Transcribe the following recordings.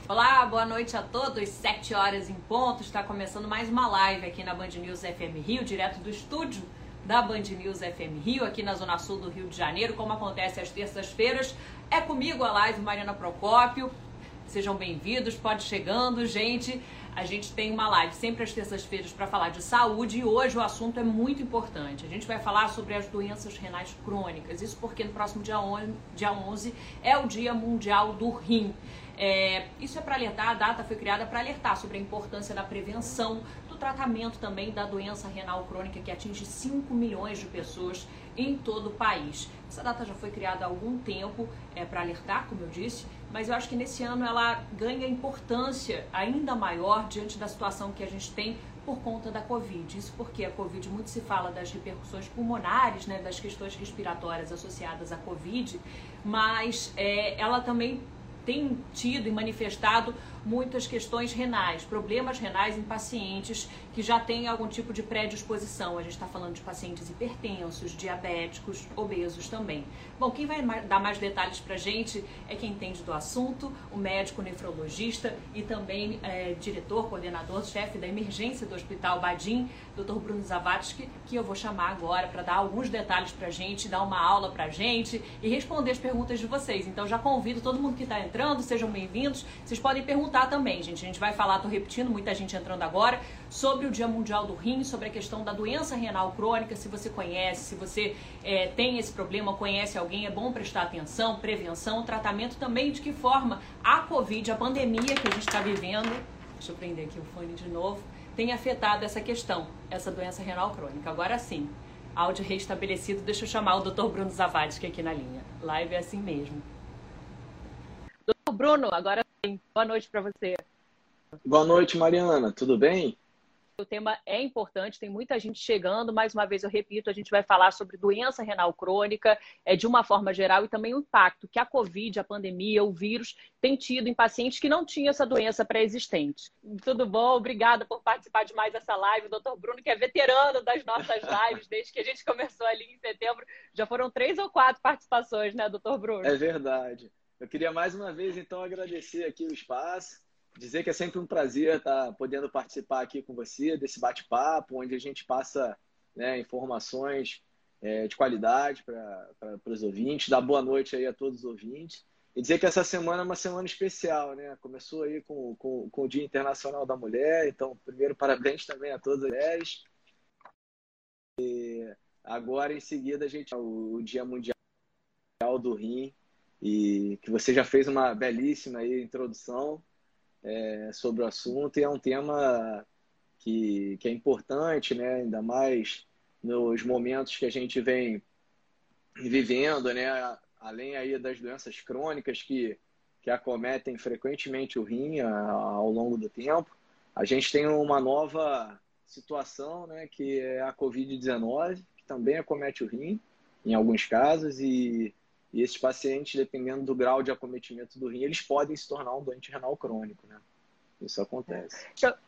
Olá, boa noite a todos. 7 horas em ponto. Está começando mais uma live aqui na Band News FM Rio, direto do estúdio da Band News FM Rio, aqui na Zona Sul do Rio de Janeiro, como acontece às terças-feiras. É comigo a live Mariana Procópio. Sejam bem-vindos, pode chegando, gente. A gente tem uma live sempre às terças-feiras para falar de saúde e hoje o assunto é muito importante. A gente vai falar sobre as doenças renais crônicas. Isso porque no próximo dia 11 é o Dia Mundial do Rim. Isso é para alertar, a data foi criada para alertar sobre a importância da prevenção, do tratamento também da doença renal crônica que atinge 5 milhões de pessoas em todo o país. Essa data já foi criada há algum tempo para alertar, como eu disse, mas eu acho que nesse ano ela ganha importância ainda maior diante da situação que a gente tem por conta da Covid. Isso porque a Covid, muito se fala das repercussões pulmonares, né, das questões respiratórias associadas à Covid, mas ela também tem tido e manifestado muitas questões renais, problemas renais em pacientes que já têm algum tipo de predisposição. A gente está falando de pacientes hipertensos, diabéticos, obesos também. Bom, quem vai dar mais detalhes para a gente é quem entende do assunto, o médico nefrologista e também diretor, coordenador, chefe da emergência do Hospital Badim, Dr. Bruno Zavatsky, que eu vou chamar agora para dar alguns detalhes para a gente, dar uma aula para a gente e responder as perguntas de vocês. Então já convido todo mundo que está entrando, sejam bem-vindos. Vocês podem perguntar também, gente. A gente vai falar, tô repetindo, muita gente entrando agora, sobre o Dia Mundial do Rim, sobre a questão da doença renal crônica, se você conhece, se você tem esse problema, conhece alguém, é bom prestar atenção, prevenção, tratamento também, de que forma a Covid, a pandemia que a gente está vivendo, deixa eu prender aqui o fone de novo, tem afetado essa questão, essa doença renal crônica. Agora sim, áudio restabelecido, deixa eu chamar o Dr. Bruno Zavatsky aqui na linha. Live é assim mesmo. Dr. Bruno, agora sim, boa noite para você. Boa noite, Mariana. Tudo bem? O tema é importante, tem muita gente chegando. Mais uma vez, eu repito, a gente vai falar sobre doença renal crônica de uma forma geral e também o impacto que a Covid, a pandemia, o vírus tem tido em pacientes que não tinham essa doença pré-existente. Tudo bom? Obrigada por participar de mais essa live. O Dr. Bruno, que é veterano das nossas lives, desde que a gente começou ali em setembro, já foram 3 ou 4 participações, né, Dr. Bruno? É verdade. Eu queria mais uma vez, então, agradecer aqui o espaço, dizer que é sempre um prazer estar podendo participar aqui com você, desse bate-papo, onde a gente passa, né, informações de qualidade para os ouvintes, dar boa noite aí a todos os ouvintes. E dizer que essa semana é uma semana especial, né? Começou aí com o Dia Internacional da Mulher, então, primeiro, parabéns também a todas as mulheres. E agora, em seguida, a gente o Dia Mundial do Rim, e que você já fez uma belíssima aí introdução sobre o assunto, e é um tema que é importante, né? Ainda mais nos momentos que a gente vem vivendo, né? Além aí das doenças crônicas que acometem frequentemente o rim ao longo do tempo, a gente tem uma nova situação, né? Que é a Covid-19, que também acomete o rim, em alguns casos, e esses pacientes, dependendo do grau de acometimento do rim, eles podem se tornar um doente renal crônico, né? Isso acontece.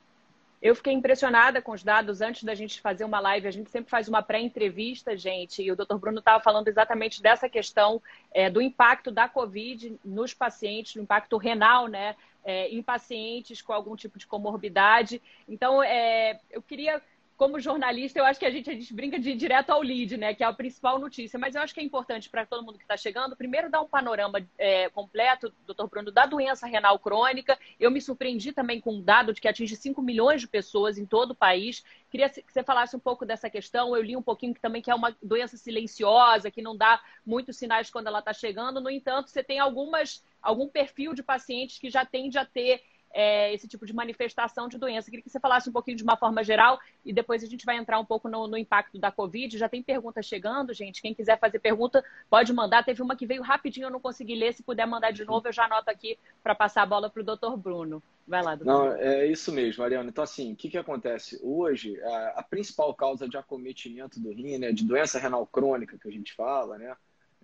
Eu fiquei impressionada com os dados. Antes da gente fazer uma live, a gente sempre faz uma pré-entrevista, gente, e o Dr. Bruno estava falando exatamente dessa questão do impacto da Covid nos pacientes, do impacto renal, né, em pacientes com algum tipo de comorbidade. Então, eu queria... Como jornalista, eu acho que a gente brinca de ir direto ao lead, né? Que é a principal notícia. Mas eu acho que é importante para todo mundo que está chegando, primeiro dar um panorama completo, doutor Bruno, da doença renal crônica. Eu me surpreendi também com um dado de que atinge 5 milhões de pessoas em todo o país. Queria que você falasse um pouco dessa questão. Eu li um pouquinho que também que é uma doença silenciosa, que não dá muitos sinais quando ela está chegando. No entanto, você tem algum perfil de pacientes que já tende a ter esse tipo de manifestação de doença. Queria que você falasse um pouquinho de uma forma geral e depois a gente vai entrar um pouco no impacto da Covid. Já tem pergunta chegando, gente. Quem quiser fazer pergunta, pode mandar. Teve uma que veio rapidinho, eu não consegui ler. Se puder mandar de novo, eu já anoto aqui para passar a bola para o doutor Bruno. Vai lá, doutor. Não, é isso mesmo, Mariana. Então, assim, o que acontece? Hoje, a principal causa de acometimento do rim, né, de doença renal crônica que a gente fala, né,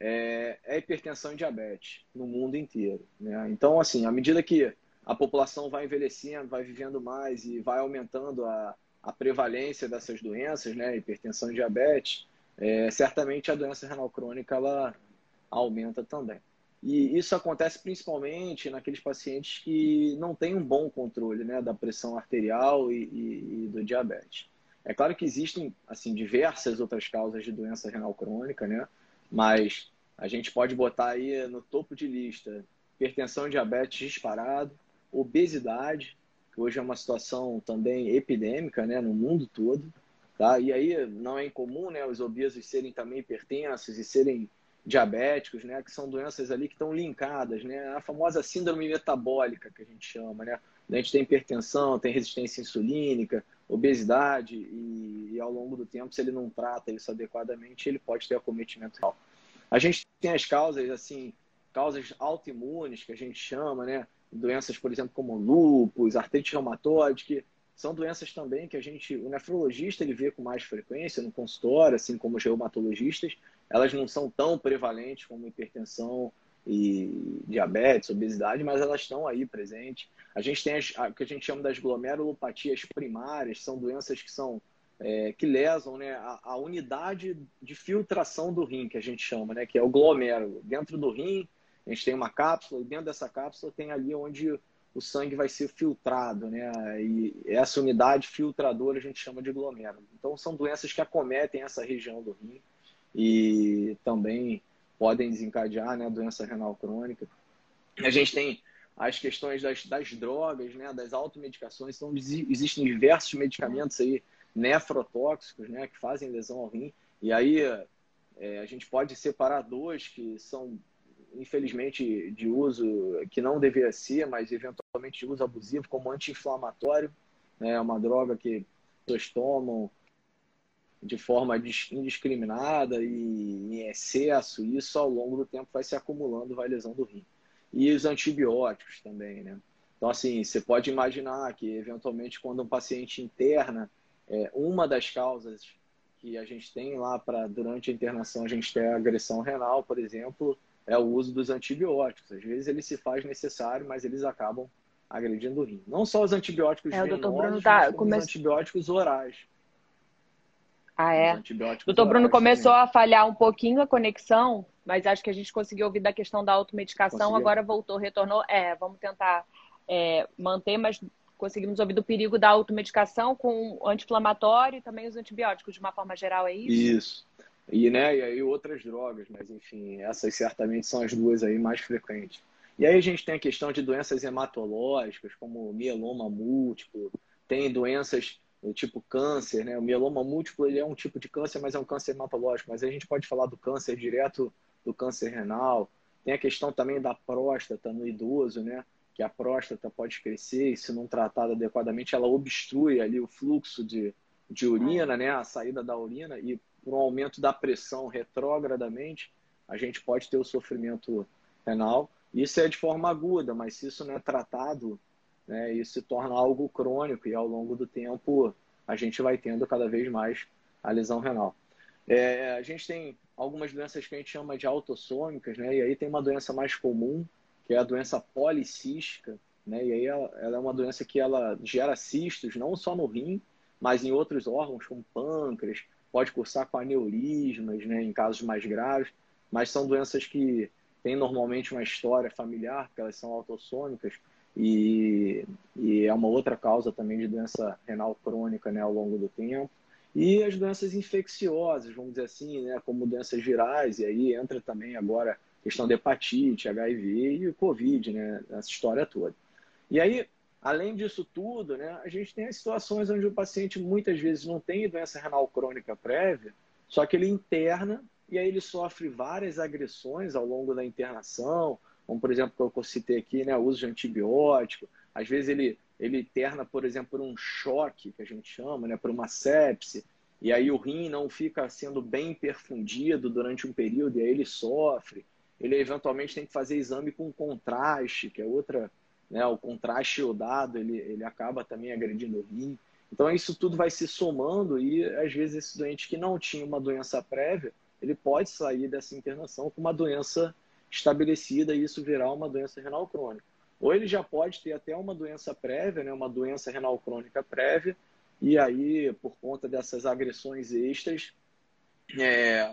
é hipertensão e diabetes no mundo inteiro, né? Então, assim, à medida que a população vai envelhecendo, vai vivendo mais e vai aumentando a prevalência dessas doenças, né, hipertensão e diabetes, certamente a doença renal crônica ela aumenta também. E isso acontece principalmente naqueles pacientes que não têm um bom controle, né, da pressão arterial e do diabetes. É claro que existem assim diversas outras causas de doença renal crônica, né, mas a gente pode botar aí no topo de lista hipertensão e diabetes disparado, obesidade, que hoje é uma situação também epidêmica, né, no mundo todo, tá? E aí não é incomum, né, os obesos serem também hipertensos e serem diabéticos, né, que são doenças ali que estão linkadas, né, a famosa síndrome metabólica que a gente chama, né, a gente tem hipertensão, tem resistência insulínica, obesidade e ao longo do tempo, se ele não trata isso adequadamente, ele pode ter acometimento renal. A gente tem as causas, assim, causas autoimunes que a gente chama, né, doenças, por exemplo, como lúpus, artrite reumatoide, que são doenças também que o nefrologista ele vê com mais frequência no consultório, assim como os reumatologistas. Elas não são tão prevalentes como hipertensão e diabetes, obesidade, mas elas estão aí presentes. A gente tem o que a gente chama das glomerulopatias primárias, são doenças que são que lesam, né, a unidade de filtração do rim, que a gente chama, né, que é o glomérulo. Dentro do rim, a gente tem uma cápsula, e dentro dessa cápsula tem ali onde o sangue vai ser filtrado, né? E essa unidade filtradora a gente chama de glomérulo. Então, são doenças que acometem essa região do rim e também podem desencadear, né, doença renal crônica. A gente tem as questões das drogas, né, das automedicações. Então, existem diversos medicamentos aí nefrotóxicos, né, que fazem lesão ao rim. E aí a gente pode separar dois que são infelizmente de uso que não deveria ser, mas eventualmente de uso abusivo, como anti-inflamatório, né? É uma droga que pessoas tomam de forma indiscriminada e em excesso, e isso ao longo do tempo vai se acumulando, vai lesão do rim. E os antibióticos também, né? Então, assim, você pode imaginar que, eventualmente, quando um paciente interna, uma das causas que a gente tem lá para, durante a internação, a gente ter agressão renal, por exemplo, é o uso dos antibióticos. Às vezes ele se faz necessário, mas eles acabam agredindo o rim. Não só os antibióticos O doutor Bruno venosos, mas como os antibióticos orais. Ah, Os é? antibióticos Doutor Bruno orais começou também. a falhar um pouquinho a conexão, mas acho que a gente conseguiu ouvir da questão da automedicação, Conseguiu? agora voltou, retornou. Vamos tentar manter, mas conseguimos ouvir do perigo da automedicação com o anti-inflamatório e também os antibióticos, de uma forma geral, é isso? Isso. E, né, e aí outras drogas, mas enfim, essas certamente são as duas aí mais frequentes. E aí a gente tem a questão de doenças hematológicas, como mieloma múltiplo, tem doenças do tipo câncer, né? O mieloma múltiplo ele é um tipo de câncer, mas é um câncer hematológico. Mas a gente pode falar do câncer direto, do câncer renal. Tem a questão também da próstata no idoso, né? Que a próstata pode crescer e, se não tratada adequadamente, ela obstrui ali o fluxo de urina, né? A saída da urina, e por um aumento da pressão retrógradamente, a gente pode ter o sofrimento renal. Isso é de forma aguda, mas se isso não é tratado, né, isso se torna algo crônico e ao longo do tempo a gente vai tendo cada vez mais a lesão renal. A gente tem algumas doenças que a gente chama de autossômicas, né, e aí tem uma doença mais comum, que é a doença policística, né, e aí ela é uma doença que ela gera cistos não só no rim, mas em outros órgãos, como pâncreas, pode cursar com aneurismas, né, em casos mais graves, mas são doenças que têm normalmente uma história familiar, porque elas são autossômicas, e é uma outra causa também de doença renal crônica, né, ao longo do tempo. E as doenças infecciosas, vamos dizer assim, né, como doenças virais, e aí entra também agora a questão de hepatite, HIV e o Covid, né, essa história toda. E aí, além disso tudo, né, a gente tem as situações onde o paciente muitas vezes não tem doença renal crônica prévia, só que ele interna e aí ele sofre várias agressões ao longo da internação, como por exemplo, que eu citei aqui, né, o uso de antibiótico. Às vezes ele interna, por exemplo, por um choque, que a gente chama, né, por uma sepse, e aí o rim não fica sendo bem perfundido durante um período, e aí ele sofre. Ele eventualmente tem que fazer exame com contraste, que é outra, né, o contraste iodado, ele acaba também agredindo o rim. Então, isso tudo vai se somando e, às vezes, esse doente que não tinha uma doença prévia, ele pode sair dessa internação com uma doença estabelecida e isso virar uma doença renal crônica. Ou ele já pode ter até uma doença prévia, né, uma doença renal crônica prévia, e aí, por conta dessas agressões extras,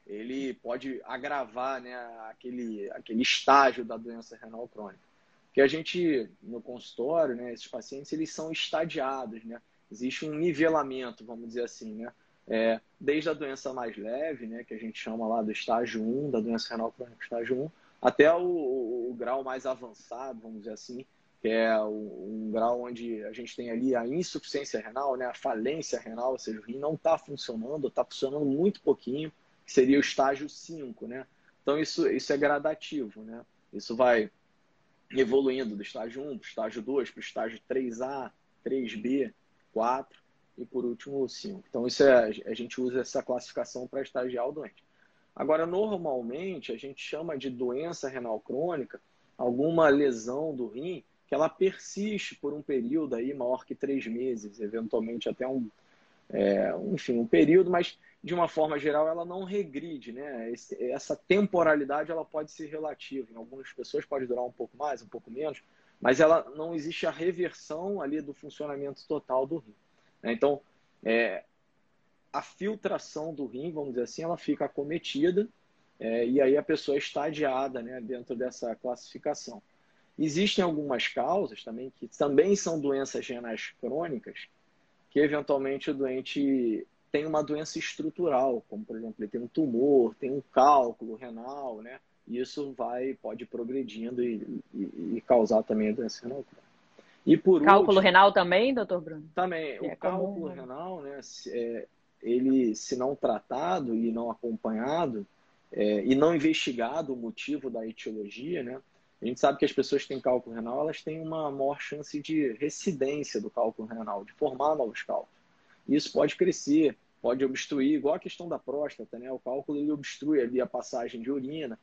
ele pode agravar, né, aquele estágio da doença renal crônica. Porque a gente, no consultório, né, esses pacientes, eles são estadiados, né? Existe um nivelamento, vamos dizer assim, né? Desde a doença mais leve, né, que a gente chama lá do estágio 1, da doença renal crônica estágio 1, até o grau mais avançado, vamos dizer assim, que é um grau onde a gente tem ali a insuficiência renal, né, a falência renal, ou seja, o rim não está funcionando, está funcionando muito pouquinho, que seria o estágio 5, né? Então, isso é gradativo, né? Isso vai evoluindo do estágio 1 para o estágio 2, para o estágio 3A, 3B, 4 e, por último, o 5. Então, a gente usa essa classificação para estagiar o doente. Agora, normalmente, a gente chama de doença renal crônica alguma lesão do rim que ela persiste por um período aí maior que 3 meses, eventualmente até enfim, um período, mas de uma forma geral ela não regride, né? Essa temporalidade ela pode ser relativa. Em algumas pessoas pode durar um pouco mais, um pouco menos, mas ela não existe a reversão ali do funcionamento total do rim, né? Então, a filtração do rim, vamos dizer assim, ela fica acometida, e aí a pessoa é estadiada, né, dentro dessa classificação. Existem algumas causas também que também são doenças renais crônicas, que eventualmente o doente tem uma doença estrutural, como por exemplo, ele tem um tumor, tem um cálculo renal, né? E isso pode ir progredindo e causar também a doença renal crônica. E por Cálculo último, renal também, doutor Bruno? também o cálculo Comum, né? renal, né? Ele, se não tratado e não acompanhado, e não investigado o motivo da etiologia, né? A gente sabe que as pessoas que têm cálculo renal, elas têm uma maior chance de recidência do cálculo renal, de formar novos cálculos. Isso pode crescer, pode obstruir, igual a questão da próstata, né? O cálculo ele obstrui ali a passagem de urina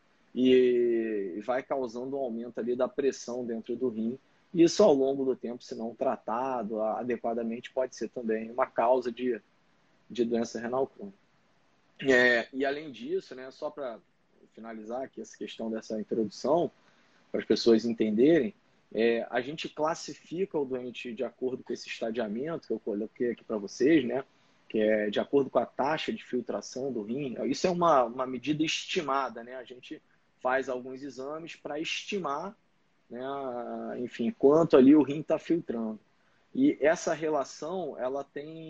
e vai causando um aumento ali da pressão dentro do rim. E isso, ao longo do tempo, se não tratado adequadamente, pode ser também uma causa de doença renal crônica. E além disso, né, só para finalizar aqui essa questão dessa introdução, para as pessoas entenderem, a gente classifica o doente de acordo com esse estadiamento que eu coloquei aqui para vocês, né, que é de acordo com a taxa de filtração do rim. Isso é uma medida estimada, né? A gente faz alguns exames para estimar, né, enfim, quanto ali o rim está filtrando. E essa relação, ela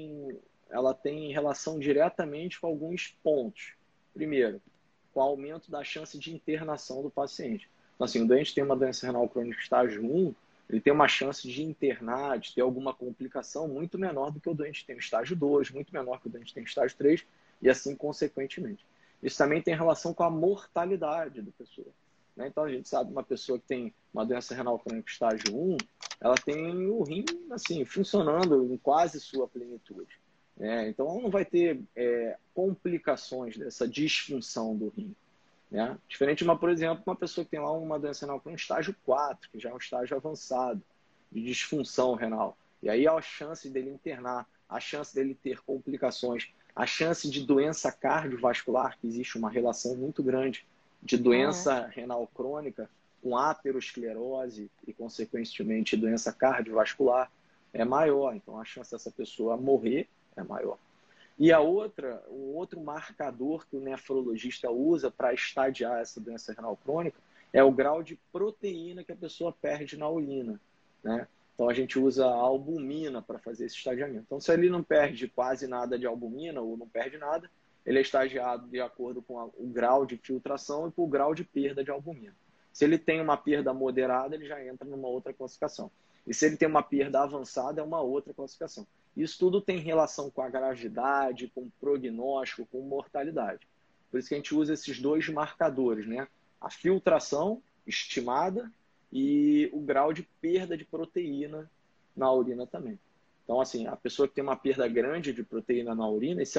tem relação diretamente com alguns pontos. Primeiro, com o aumento da chance de internação do paciente. Então, assim, o doente tem uma doença renal crônica estágio 1, ele tem uma chance de internar, de ter alguma complicação muito menor do que o doente tem no estágio 2, muito menor que o doente tem no estágio 3, e assim consequentemente. Isso também tem relação com a mortalidade da pessoa, né? Então, a gente sabe que uma pessoa que tem uma doença renal crônica estágio 1, ela tem o rim, assim, funcionando em quase sua plenitude. Então, ela não vai ter complicações dessa disfunção do rim, né? Diferente de por exemplo, uma pessoa que tem lá uma doença renal crônica estágio 4, que já é um estágio avançado de disfunção renal. E aí a chance dele internar, a chance dele ter complicações, a chance de doença cardiovascular, que existe uma relação muito grande de doença renal crônica com aterosclerose e, consequentemente, doença cardiovascular é maior. Então, a chance dessa pessoa morrer é maior. E o outro marcador que o nefrologista usa para estadiar essa doença renal crônica é o grau de proteína que a pessoa perde na urina, né? Então, a gente usa a albumina para fazer esse estadiamento. Então, se ele não perde quase nada de albumina ou não perde nada, ele é estagiado de acordo com o grau de filtração e com o grau de perda de albumina. Se ele tem uma perda moderada, ele já entra numa outra classificação. E se ele tem uma perda avançada, é uma outra classificação. Isso tudo tem relação com a gravidade, com prognóstico, com mortalidade. Por isso que a gente usa esses dois marcadores, né? A filtração estimada e o grau de perda de proteína na urina também. Então, assim, a pessoa que tem uma perda grande de proteína na urina, isso é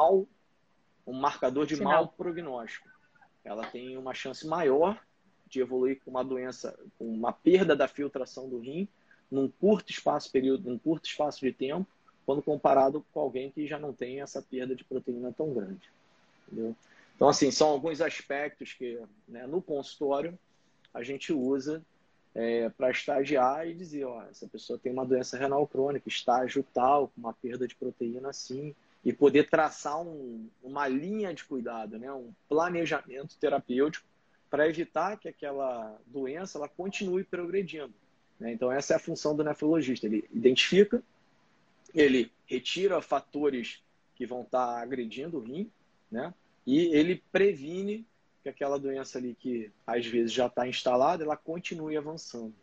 um marcador de mau prognóstico. Ela tem uma chance maior de evoluir com uma doença, com uma perda da filtração do rim, num curto espaço de tempo, quando comparado com alguém que já não tem essa perda de proteína tão grande. Entendeu? Então, assim, são alguns aspectos que, né, no consultório a gente usa para estagiar e dizer, ó, essa pessoa tem uma doença renal crônica, estágio tal, com uma perda de proteína assim, e poder traçar uma linha de cuidado, né? Um planejamento terapêutico para evitar que aquela doença ela continue progredindo, né? Então, essa é a função do nefrologista. Ele identifica, ele retira fatores que vão estar agredindo o rim, né? E ele previne que aquela doença ali que às vezes já está instalada, ela continue avançando.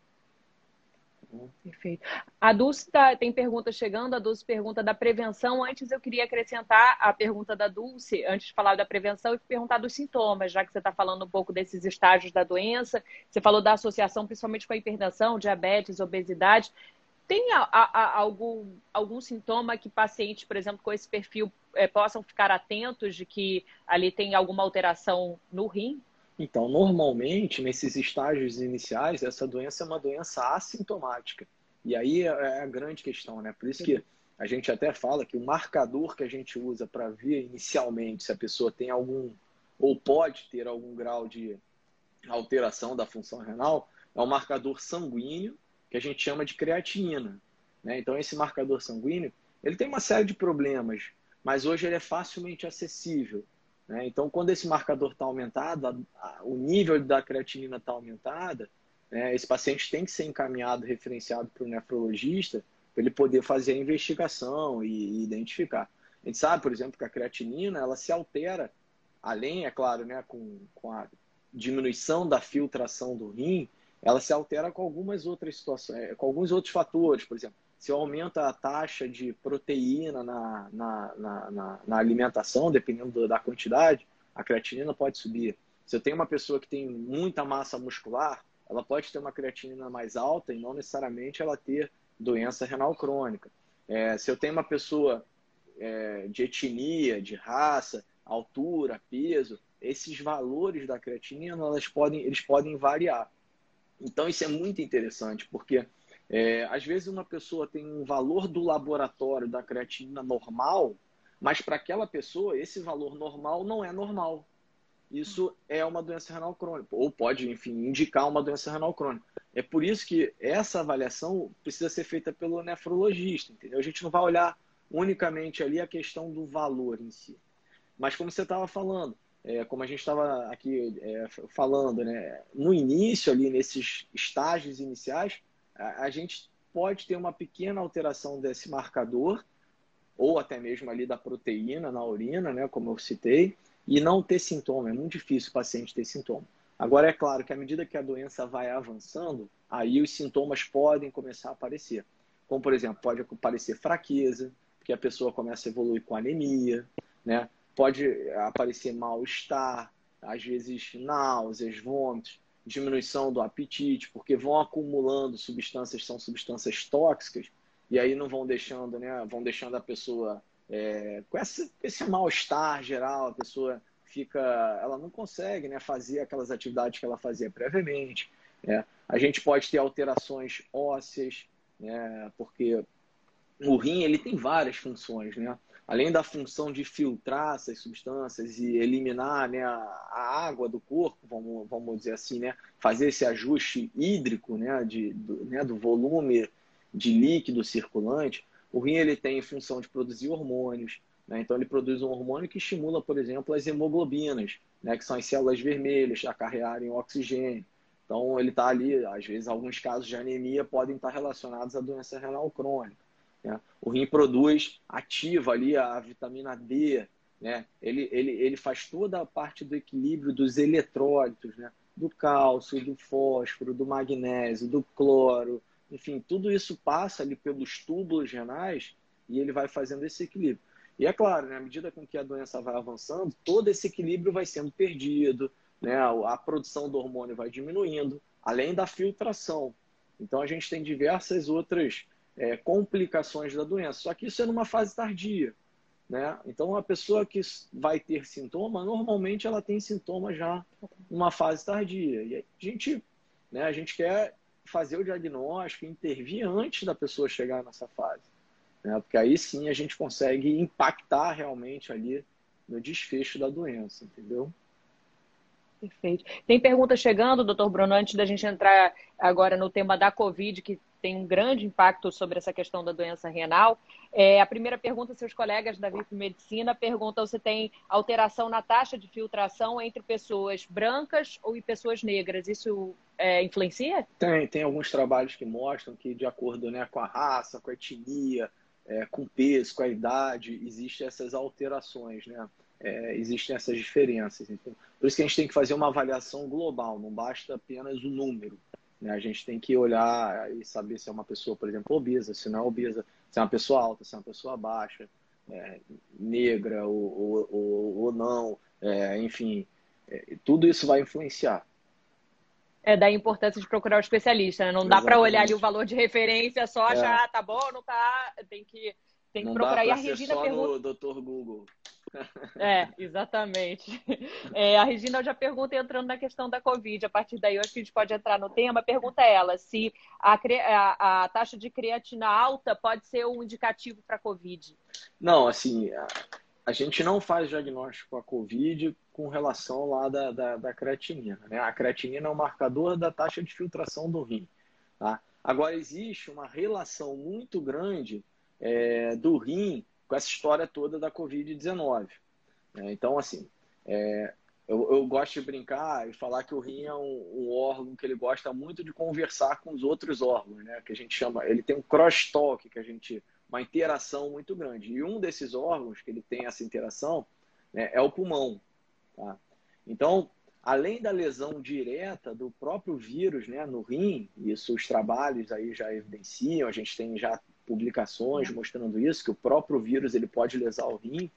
Perfeito. A Dulce tem pergunta chegando, a Dulce pergunta da prevenção. Antes eu queria acrescentar a pergunta da Dulce, antes de falar da prevenção, e perguntar dos sintomas, já que você está falando um pouco desses estágios da doença. Você falou da associação principalmente com a hipertensão, diabetes, obesidade. Tem algum sintoma que pacientes, por exemplo, com esse perfil possam ficar atentos de que ali tem alguma alteração no rim? Então, normalmente, nesses estágios iniciais, essa doença é uma doença assintomática. E aí é a grande questão, né? Por isso que a gente até fala que o marcador que a gente usa para ver inicialmente se a pessoa tem algum, ou pode ter algum grau de alteração da função renal, é um marcador sanguíneo, que a gente chama de creatinina, né? Então, esse marcador sanguíneo, ele tem uma série de problemas, mas hoje ele é facilmente acessível, né? Então, quando esse marcador está aumentado, o nível da creatinina está aumentada, né? Esse paciente tem que ser encaminhado, referenciado para o nefrologista, para ele poder fazer a investigação e identificar. A gente sabe, por exemplo, que a creatinina ela se altera, além, é claro, né, com a diminuição da filtração do rim, ela se altera com algumas outras situações, com alguns outros fatores. Por exemplo, se aumenta a taxa de proteína na alimentação, dependendo da quantidade, a creatinina pode subir. Se eu tenho uma pessoa que tem muita massa muscular, ela pode ter uma creatinina mais alta e não necessariamente ela ter doença renal crônica. Se eu tenho uma pessoa de etnia, de raça, altura, peso, esses valores da creatinina eles podem variar. Então, isso é muito interessante, porque às vezes uma pessoa tem um valor do laboratório da creatinina normal, mas para aquela pessoa esse valor normal não é normal. Isso é uma doença renal crônica, ou pode, enfim, indicar uma doença renal crônica. É por isso que essa avaliação precisa ser feita pelo nefrologista, entendeu? A gente não vai olhar unicamente ali a questão do valor em si. Mas como você estava falando, como a gente estava aqui falando, né, no início ali, nesses estágios iniciais, a gente pode ter uma pequena alteração desse marcador, ou até mesmo ali da proteína na urina, né, como eu citei, e não ter sintoma. É muito difícil o paciente ter sintoma. Agora, é claro que à medida que a doença vai avançando, aí os sintomas podem começar a aparecer. Como, por exemplo, pode aparecer fraqueza, porque a pessoa começa a evoluir com anemia, né? Pode aparecer mal-estar, às vezes náuseas, vômitos, diminuição do apetite, porque vão acumulando substâncias, são substâncias tóxicas, e aí não vão deixando, né? Vão deixando a pessoa com esse mal-estar geral, a pessoa ela não consegue, né, fazer aquelas atividades que ela fazia previamente, né? A gente pode ter alterações ósseas, né, porque o rim ele tem várias funções, né? Além da função de filtrar essas substâncias e eliminar, né, a água do corpo, vamos dizer assim, né? Fazer esse ajuste hídrico, né, do volume de líquido circulante, o rim ele tem função de produzir hormônios, né? Então ele produz um hormônio que estimula, por exemplo, as hemoglobinas, né, que são as células vermelhas, a carregarem oxigênio. Então ele está ali, às vezes, alguns casos de anemia podem estar relacionados à doença renal crônica, né? O rim ativa ali a vitamina D, né? Ele faz toda a parte do equilíbrio dos eletrólitos, né? Do cálcio, do fósforo, do magnésio, do cloro, enfim, tudo isso passa ali pelos túbulos renais e ele vai fazendo esse equilíbrio. E é claro, né, à medida com que a doença vai avançando, todo esse equilíbrio vai sendo perdido, né? A produção do hormônio vai diminuindo, além da filtração. Então a gente tem diversas outras complicações da doença, só que isso é numa fase tardia, né? Então a pessoa que vai ter sintoma, normalmente ela tem sintoma já numa fase tardia. E a gente quer fazer o diagnóstico, intervir antes da pessoa chegar nessa fase, né? Porque aí sim a gente consegue impactar realmente ali no desfecho da doença, entendeu? Perfeito. Tem pergunta chegando, doutor Bruno, antes da gente entrar agora no tema da Covid, que tem um grande impacto sobre essa questão da doença renal. A primeira pergunta, seus colegas da VIP Medicina perguntam se tem alteração na taxa de filtração entre pessoas brancas ou pessoas negras. Isso influencia? Tem alguns trabalhos que mostram que, de acordo, né, com a raça, com a etnia, com o peso, com a idade, existem essas alterações, né? Existem essas diferenças. Então, por isso que a gente tem que fazer uma avaliação global, não basta apenas o número, né? A gente tem que olhar e saber se é uma pessoa, por exemplo, obesa, se não é obesa, se é uma pessoa alta, se é uma pessoa baixa, negra ou não, enfim, tudo isso vai influenciar. Da importância de procurar o especialista, né? Não dá para olhar ali o valor de referência, só achar, tá bom, não tá, tem que não procurar. Não dá para ser só no Dr. Google. Exatamente. A Regina já pergunta, entrando na questão da Covid, a partir daí eu acho que a gente pode entrar no tema. Pergunta ela se a taxa de creatina alta pode ser um indicativo para a Covid. Não, assim, a gente não faz diagnóstico com a Covid com relação lá da creatinina, né? A creatinina é um marcador da taxa de filtração do rim, tá? Agora, existe uma relação muito grande do rim com essa história toda da Covid-19. Então, assim, eu gosto de brincar e falar que o rim é um órgão que ele gosta muito de conversar com os outros órgãos, né? Que a gente chama, ele tem um crosstalk, uma interação muito grande. E um desses órgãos que ele tem essa interação, né, é o pulmão, tá? Então, além da lesão direta do próprio vírus, né, no rim, isso os trabalhos aí já evidenciam, a gente tem já publicações mostrando isso, que o próprio vírus ele pode lesar o rim.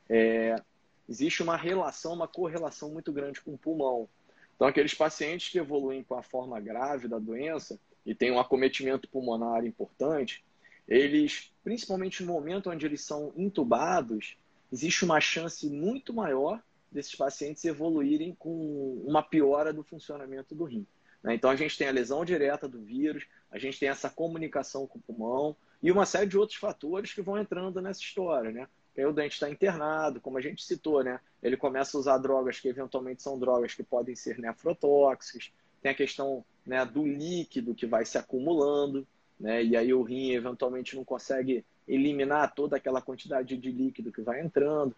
Existe uma correlação muito grande com o pulmão. Então, aqueles pacientes que evoluem com a forma grave da doença e têm um acometimento pulmonar importante, eles, principalmente no momento onde eles são intubados, existe uma chance muito maior desses pacientes evoluírem com uma piora do funcionamento do rim, né? Então, a gente tem a lesão direta do vírus, a gente tem essa comunicação com o pulmão e uma série de outros fatores que vão entrando nessa história, né? Aí o doente está internado, como a gente citou, né? Ele começa a usar drogas que eventualmente são drogas que podem ser nefrotóxicas. Tem a questão, né, do líquido que vai se acumulando, né? E aí o rim eventualmente não consegue eliminar toda aquela quantidade de líquido que vai entrando.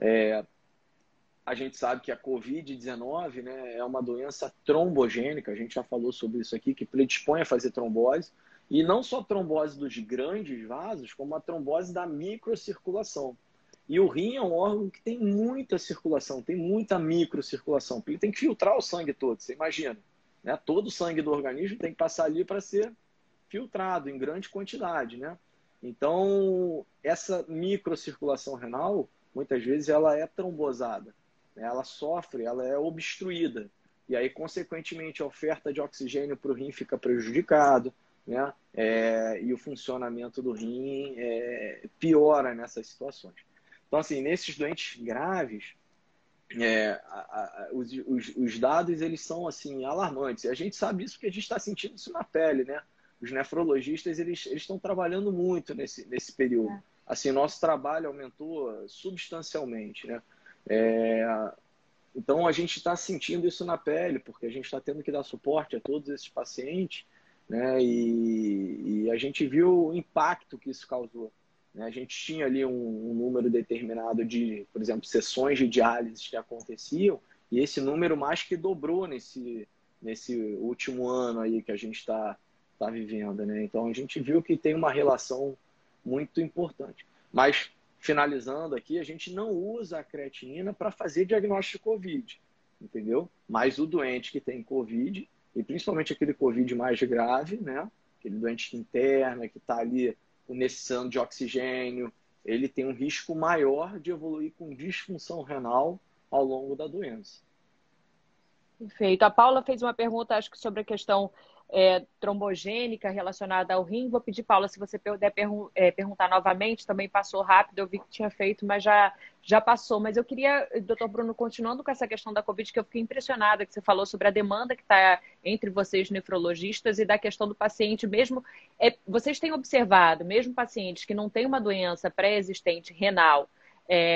A gente sabe que a Covid-19, né, é uma doença trombogênica, a gente já falou sobre isso aqui, que predispõe a fazer trombose, e não só trombose dos grandes vasos, como a trombose da microcirculação. E o rim é um órgão que tem muita circulação, tem muita microcirculação, porque ele tem que filtrar o sangue todo, você imagina, né? Todo o sangue do organismo tem que passar ali para ser filtrado em grande quantidade, né? Então, essa microcirculação renal, muitas vezes, ela é trombosada, né? Ela sofre, ela é obstruída. E aí, consequentemente, a oferta de oxigênio para o rim fica prejudicado, né? E o funcionamento do rim piora nessas situações. Então, assim, nesses doentes graves, os dados eles são assim alarmantes. E a gente sabe isso porque a gente está sentindo isso na pele, né? Os nefrologistas eles estão trabalhando muito nesse período. Assim, nosso trabalho aumentou substancialmente, né? Então, a gente está sentindo isso na pele, porque a gente está tendo que dar suporte a todos esses pacientes, né? E a gente viu o impacto que isso causou, né? A gente tinha ali um número determinado de, por exemplo, sessões de diálise que aconteciam, e esse número mais que dobrou nesse último ano aí que a gente está vivendo, né? Então, a gente viu que tem uma relação muito importante. Mas, finalizando aqui, a gente não usa a creatinina para fazer diagnóstico de Covid, entendeu? Mas o doente que tem Covid, e principalmente aquele Covid mais grave, né? Aquele doente que interna, que está ali necessitando de oxigênio, ele tem um risco maior de evoluir com disfunção renal ao longo da doença. Perfeito. A Paula fez uma pergunta, acho que sobre a questão trombogênica relacionada ao rim. Vou pedir, Paula, se você puder perguntar novamente. Também passou rápido, eu vi que tinha feito, mas já passou. Mas eu queria, doutor Bruno, continuando com essa questão da Covid, que eu fiquei impressionada que você falou sobre a demanda que está entre vocês, nefrologistas, e da questão do paciente mesmo. Vocês têm observado, mesmo pacientes que não têm uma doença pré-existente renal,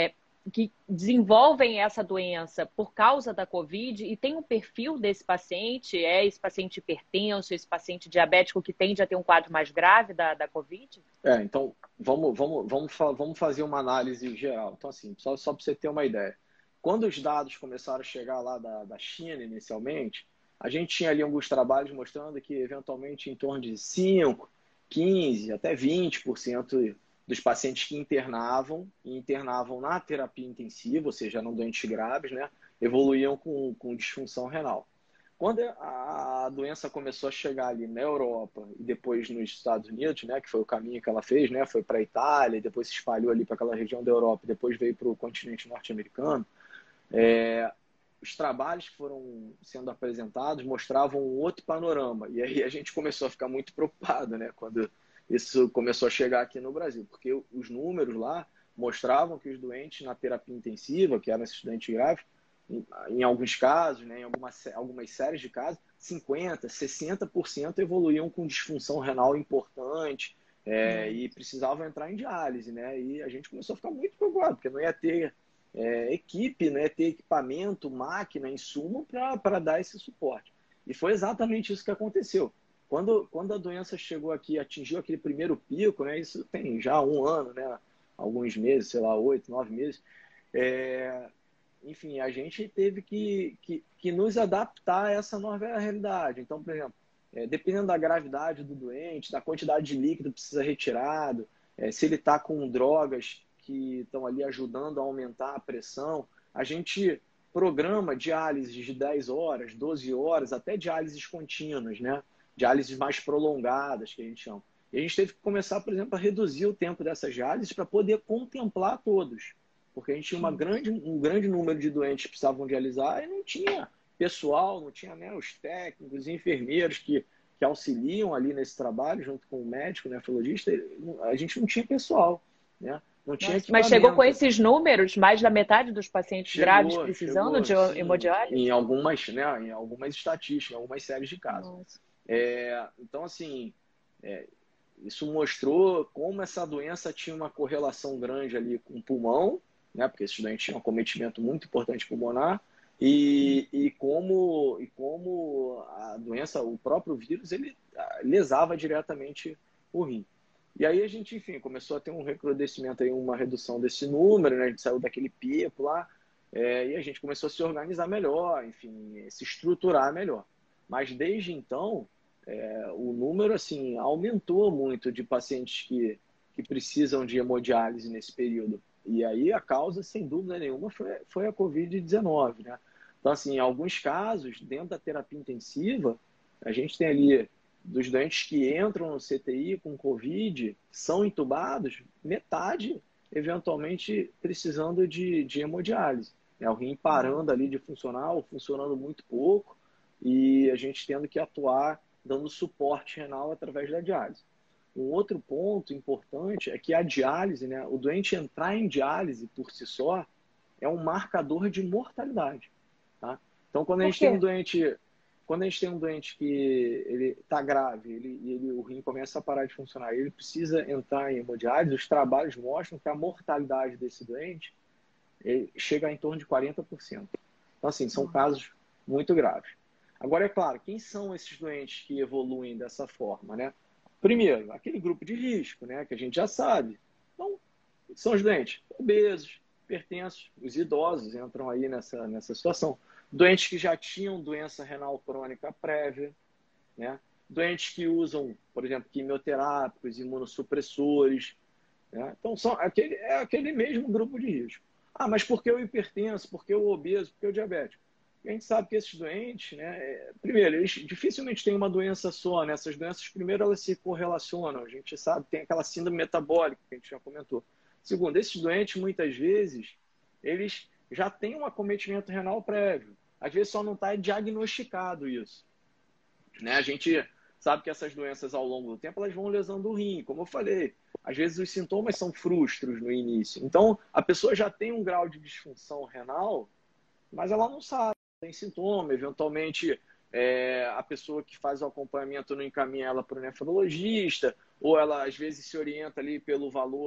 que desenvolvem essa doença por causa da Covid e tem um perfil desse paciente? É esse paciente hipertenso, esse paciente diabético que tende a ter um quadro mais grave da Covid? Então, vamos fazer uma análise geral. Então, assim, só para você ter uma ideia. Quando os dados começaram a chegar lá da China inicialmente, a gente tinha ali alguns trabalhos mostrando que, eventualmente, em torno de 5, 15, até 20% dos pacientes que internavam na terapia intensiva, ou seja, eram doentes graves, né, evoluíam com disfunção renal. Quando a doença começou a chegar ali na Europa e depois nos Estados Unidos, né, que foi o caminho que ela fez, né, foi para a Itália, depois se espalhou ali para aquela região da Europa, e depois veio para o continente norte-americano, os trabalhos que foram sendo apresentados mostravam um outro panorama. E aí a gente começou a ficar muito preocupado, né, quando isso começou a chegar aqui no Brasil, porque os números lá mostravam que os doentes na terapia intensiva, que eram esses doentes graves, em alguns casos, né, em algumas séries de casos, 50%, 60% evoluíam com disfunção renal importante e precisavam entrar em diálise, né? E a gente começou a ficar muito preocupado, porque não ia ter equipe, não ia ter equipamento, máquina, insumo para dar esse suporte. E foi exatamente isso que aconteceu. Quando a doença chegou aqui, atingiu aquele primeiro pico, né? Isso tem já 1 ano, né? Alguns meses, sei lá, 8, 9 meses. Enfim, a gente teve que nos adaptar a essa nova realidade. Então, por exemplo, dependendo da gravidade do doente, da quantidade de líquido que precisa retirado, se ele está com drogas que estão ali ajudando a aumentar a pressão, a gente programa diálises de 10 horas, 12 horas, até diálises contínuas, né? Diálises mais prolongadas, que a gente chama. E a gente teve que começar, por exemplo, a reduzir o tempo dessas diálises para poder contemplar todos. Porque a gente tinha um grande número de doentes que precisavam dialisar e não tinha pessoal, não tinha, né, os técnicos e enfermeiros que auxiliam ali nesse trabalho, junto com o médico, né, nefrologista. A gente não tinha pessoal, né? Não tinha Mas chegou com esses números, mais da metade dos pacientes graves precisando de hemodiálise? Em algumas estatísticas, em algumas séries de casos. Então, assim, isso mostrou como essa doença tinha uma correlação grande ali com o pulmão, né, porque esses doentes tinham um acometimento muito importante pulmonar, e como a doença, o próprio vírus, ele lesava diretamente o rim. E aí a gente, enfim, começou a ter um recrudescimento, aí, uma redução desse número, né, a gente saiu daquele pico lá, e a gente começou a se organizar melhor, enfim, se estruturar melhor. Mas desde então, o número, assim, aumentou muito de pacientes que precisam de hemodiálise nesse período. E aí a causa, sem dúvida nenhuma, foi a Covid-19, né? Então, assim, em alguns casos, dentro da terapia intensiva, a gente tem ali, dos doentes que entram no CTI com Covid, são entubados, metade, eventualmente, precisando de hemodiálise. O rim parando ali de funcionar, ou funcionando muito pouco, e a gente tendo que atuar dando suporte renal através da diálise. Um outro ponto importante é que a diálise, né, o doente entrar em diálise por si só é um marcador de mortalidade. Tá? Então, quando a gente tem um doente que ele está grave, o rim começa a parar de funcionar, ele precisa entrar em hemodiálise, os trabalhos mostram que a mortalidade desse doente chega a em torno de 40%. Então, assim, são casos muito graves. Agora, é claro, quem são esses doentes que evoluem dessa forma, né? Primeiro, aquele grupo de risco, né, que a gente já sabe. Então, são os doentes obesos, hipertensos, os idosos entram aí nessa situação. Doentes que já tinham doença renal crônica prévia, né? Doentes que usam, por exemplo, quimioterápicos, imunossupressores, né? Então, aquele mesmo grupo de risco. Ah, mas por que o hipertenso? Por que o obeso? Por que o diabético? A gente sabe que esses doentes, né, primeiro, eles dificilmente têm uma doença só, né? Essas doenças, primeiro, elas se correlacionam. A gente sabe, tem aquela síndrome metabólica que a gente já comentou. Segundo, esses doentes, muitas vezes, eles já têm um acometimento renal prévio. Às vezes só não está diagnosticado isso. Né? A gente sabe que essas doenças, ao longo do tempo, elas vão lesando o rim, como eu falei. Às vezes os sintomas são frustros no início. Então, a pessoa já tem um grau de disfunção renal, mas ela não sabe. Tem sintoma, eventualmente a pessoa que faz o acompanhamento não encaminha ela para o nefrologista, ou ela às vezes se orienta ali pelo valor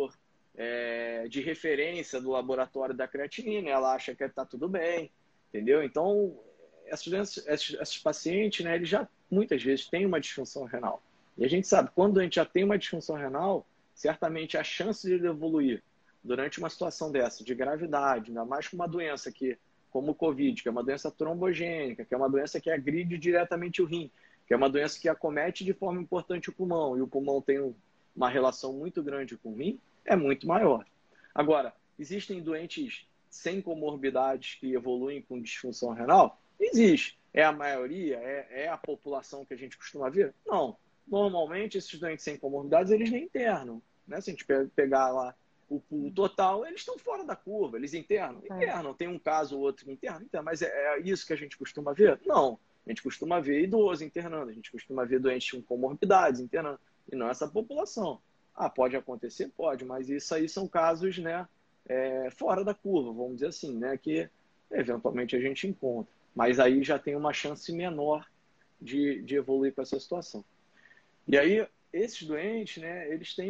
de referência do laboratório da creatinina, ela acha que está tudo bem, entendeu? Então, esses pacientes, né, eles já muitas vezes têm uma disfunção renal. E a gente sabe, quando a gente já tem uma disfunção renal, certamente a chance de ele evoluir durante uma situação dessa, de gravidade, ainda mais com uma doença como o Covid, que é uma doença trombogênica, que é uma doença que agride diretamente o rim, que é uma doença que acomete de forma importante o pulmão, e o pulmão tem uma relação muito grande com o rim, é muito maior. Agora, existem doentes sem comorbidades que evoluem com disfunção renal? Existe. É a maioria? É a população que a gente costuma ver? Não. Normalmente, esses doentes sem comorbidades, eles nem internam. Né? Se a gente pegar lá o pool total, eles estão fora da curva. Eles internam? Internam. Tem um caso ou outro que interna? Mas é isso que a gente costuma ver? Não. A gente costuma ver idosos internando. A gente costuma ver doentes com comorbidades internando. E não essa população. Pode acontecer? Pode. Mas isso aí são casos, né, fora da curva, vamos dizer assim, né, que eventualmente a gente encontra. Mas aí já tem uma chance menor de evoluir com essa situação. E aí, esses doentes, né,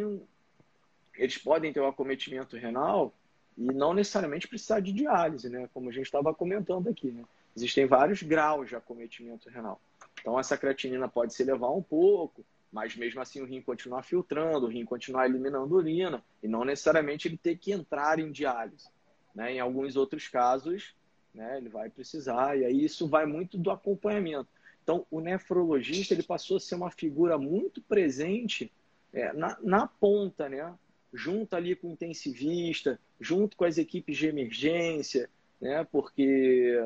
eles podem ter um acometimento renal e não necessariamente precisar de diálise, né, como a gente estava comentando aqui. Né? Existem vários graus de acometimento renal. Então, essa creatinina pode se elevar um pouco, mas mesmo assim o rim continuar filtrando, o rim continuar eliminando urina, e não necessariamente ele ter que entrar em diálise. Né? Em alguns outros casos, né, ele vai precisar, e aí isso vai muito do acompanhamento. Então, o nefrologista ele passou a ser uma figura muito presente na ponta, né? Junto ali com o intensivista, junto com as equipes de emergência, né? Porque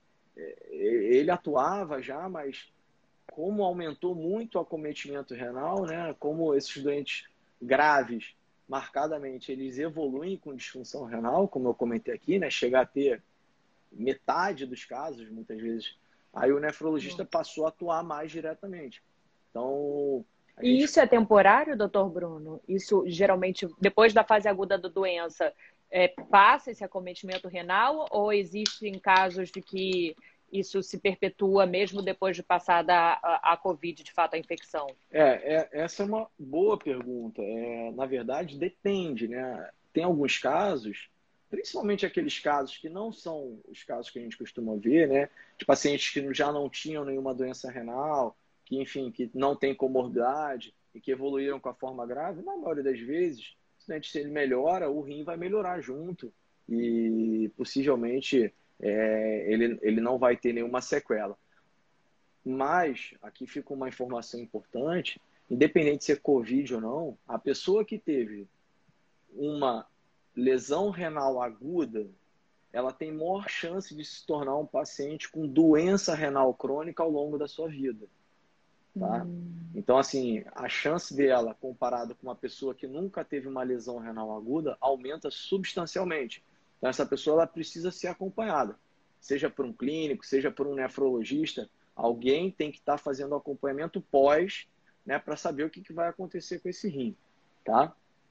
ele atuava já, mas como aumentou muito o acometimento renal, né? Como esses doentes graves, marcadamente, eles evoluem com disfunção renal, como eu comentei aqui, né? Chega a ter metade dos casos, muitas vezes. Aí o nefrologista passou a atuar mais diretamente. Então, E isso é temporário, doutor Bruno? Isso geralmente, depois da fase aguda da doença, passa esse acometimento renal ou existem casos de que isso se perpetua mesmo depois de passada a Covid, de fato, a infecção? Essa é uma boa pergunta. Na verdade, depende, né? Tem alguns casos, principalmente aqueles casos que não são os casos que a gente costuma ver, né? De pacientes que já não tinham nenhuma doença renal, que, enfim, que não tem comorbidade e que evoluíram com a forma grave, na maioria das vezes, se ele melhora, o rim vai melhorar junto e possivelmente ele não vai ter nenhuma sequela. Mas, aqui fica uma informação importante, independente de ser Covid ou não, a pessoa que teve uma lesão renal aguda, ela tem maior chance de se tornar um paciente com doença renal crônica ao longo da sua vida. Tá? Então, assim, a chance dela, comparado com uma pessoa que nunca teve uma lesão renal aguda, aumenta substancialmente. Então, essa pessoa ela precisa ser acompanhada, seja por um clínico, seja por um nefrologista. Alguém tem que estar fazendo acompanhamento pós, né, para saber o que vai acontecer com esse rim. Tá?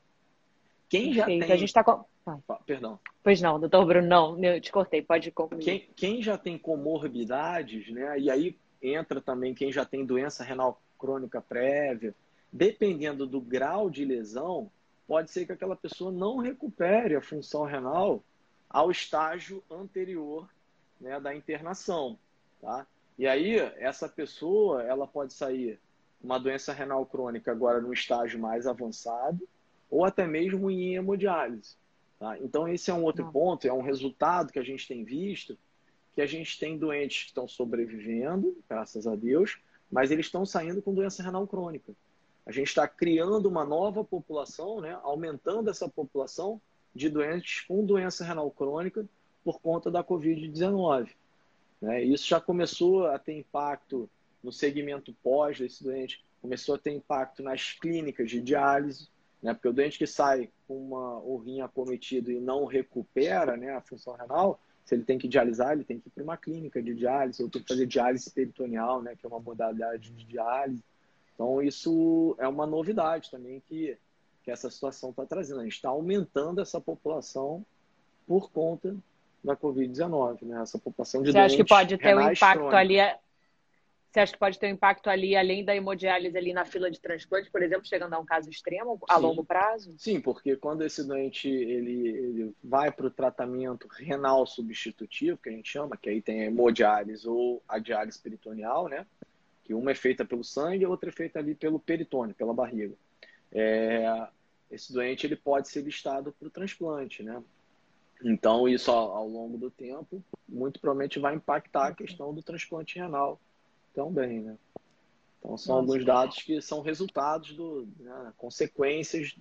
Quem já tem... A gente tá Perdão. Pois não, doutor Bruno, não, eu te cortei, pode concluir. Quem já tem comorbidades, né, e aí entra também quem já tem doença renal crônica prévia, dependendo do grau de lesão, pode ser que aquela pessoa não recupere a função renal ao estágio anterior, né, da internação. Tá? E aí, essa pessoa ela pode sair com uma doença renal crônica agora no estágio mais avançado, ou até mesmo em hemodiálise. Tá? Então, esse é um outro ponto, é um resultado que a gente tem visto, que a gente tem doentes que estão sobrevivendo, graças a Deus, mas eles estão saindo com doença renal crônica. A gente está criando uma nova população, né, aumentando essa população de doentes com doença renal crônica por conta da Covid-19. Né? Isso já começou a ter impacto no segmento pós desse doente, começou a ter impacto nas clínicas de diálise, né? Porque o doente que sai com o rim acometido e não recupera, né, a função renal, se ele tem que dialisar, ele tem que ir para uma clínica de diálise, ou tem que fazer diálise peritoneal, né, que é uma modalidade de diálise. Então, isso é uma novidade também que essa situação está trazendo. A gente está aumentando essa população por conta da Covid-19, né? Essa população de Você acha que doentes pode ter um impacto crônicos. ali? Você acha que pode ter um impacto ali, além da hemodiálise ali na fila de transplante, por exemplo, chegando a um caso extremo a longo prazo? Sim, porque quando esse doente ele vai para o tratamento renal substitutivo, que a gente chama, que aí tem a hemodiálise ou a diálise peritoneal, né? Que uma é feita pelo sangue e a outra é feita ali pelo peritônio, pela barriga. Esse doente ele pode ser listado para o transplante, né? Então, isso ao longo do tempo, muito provavelmente vai impactar a questão do transplante renal também, né? Então, são alguns dados que são resultados consequências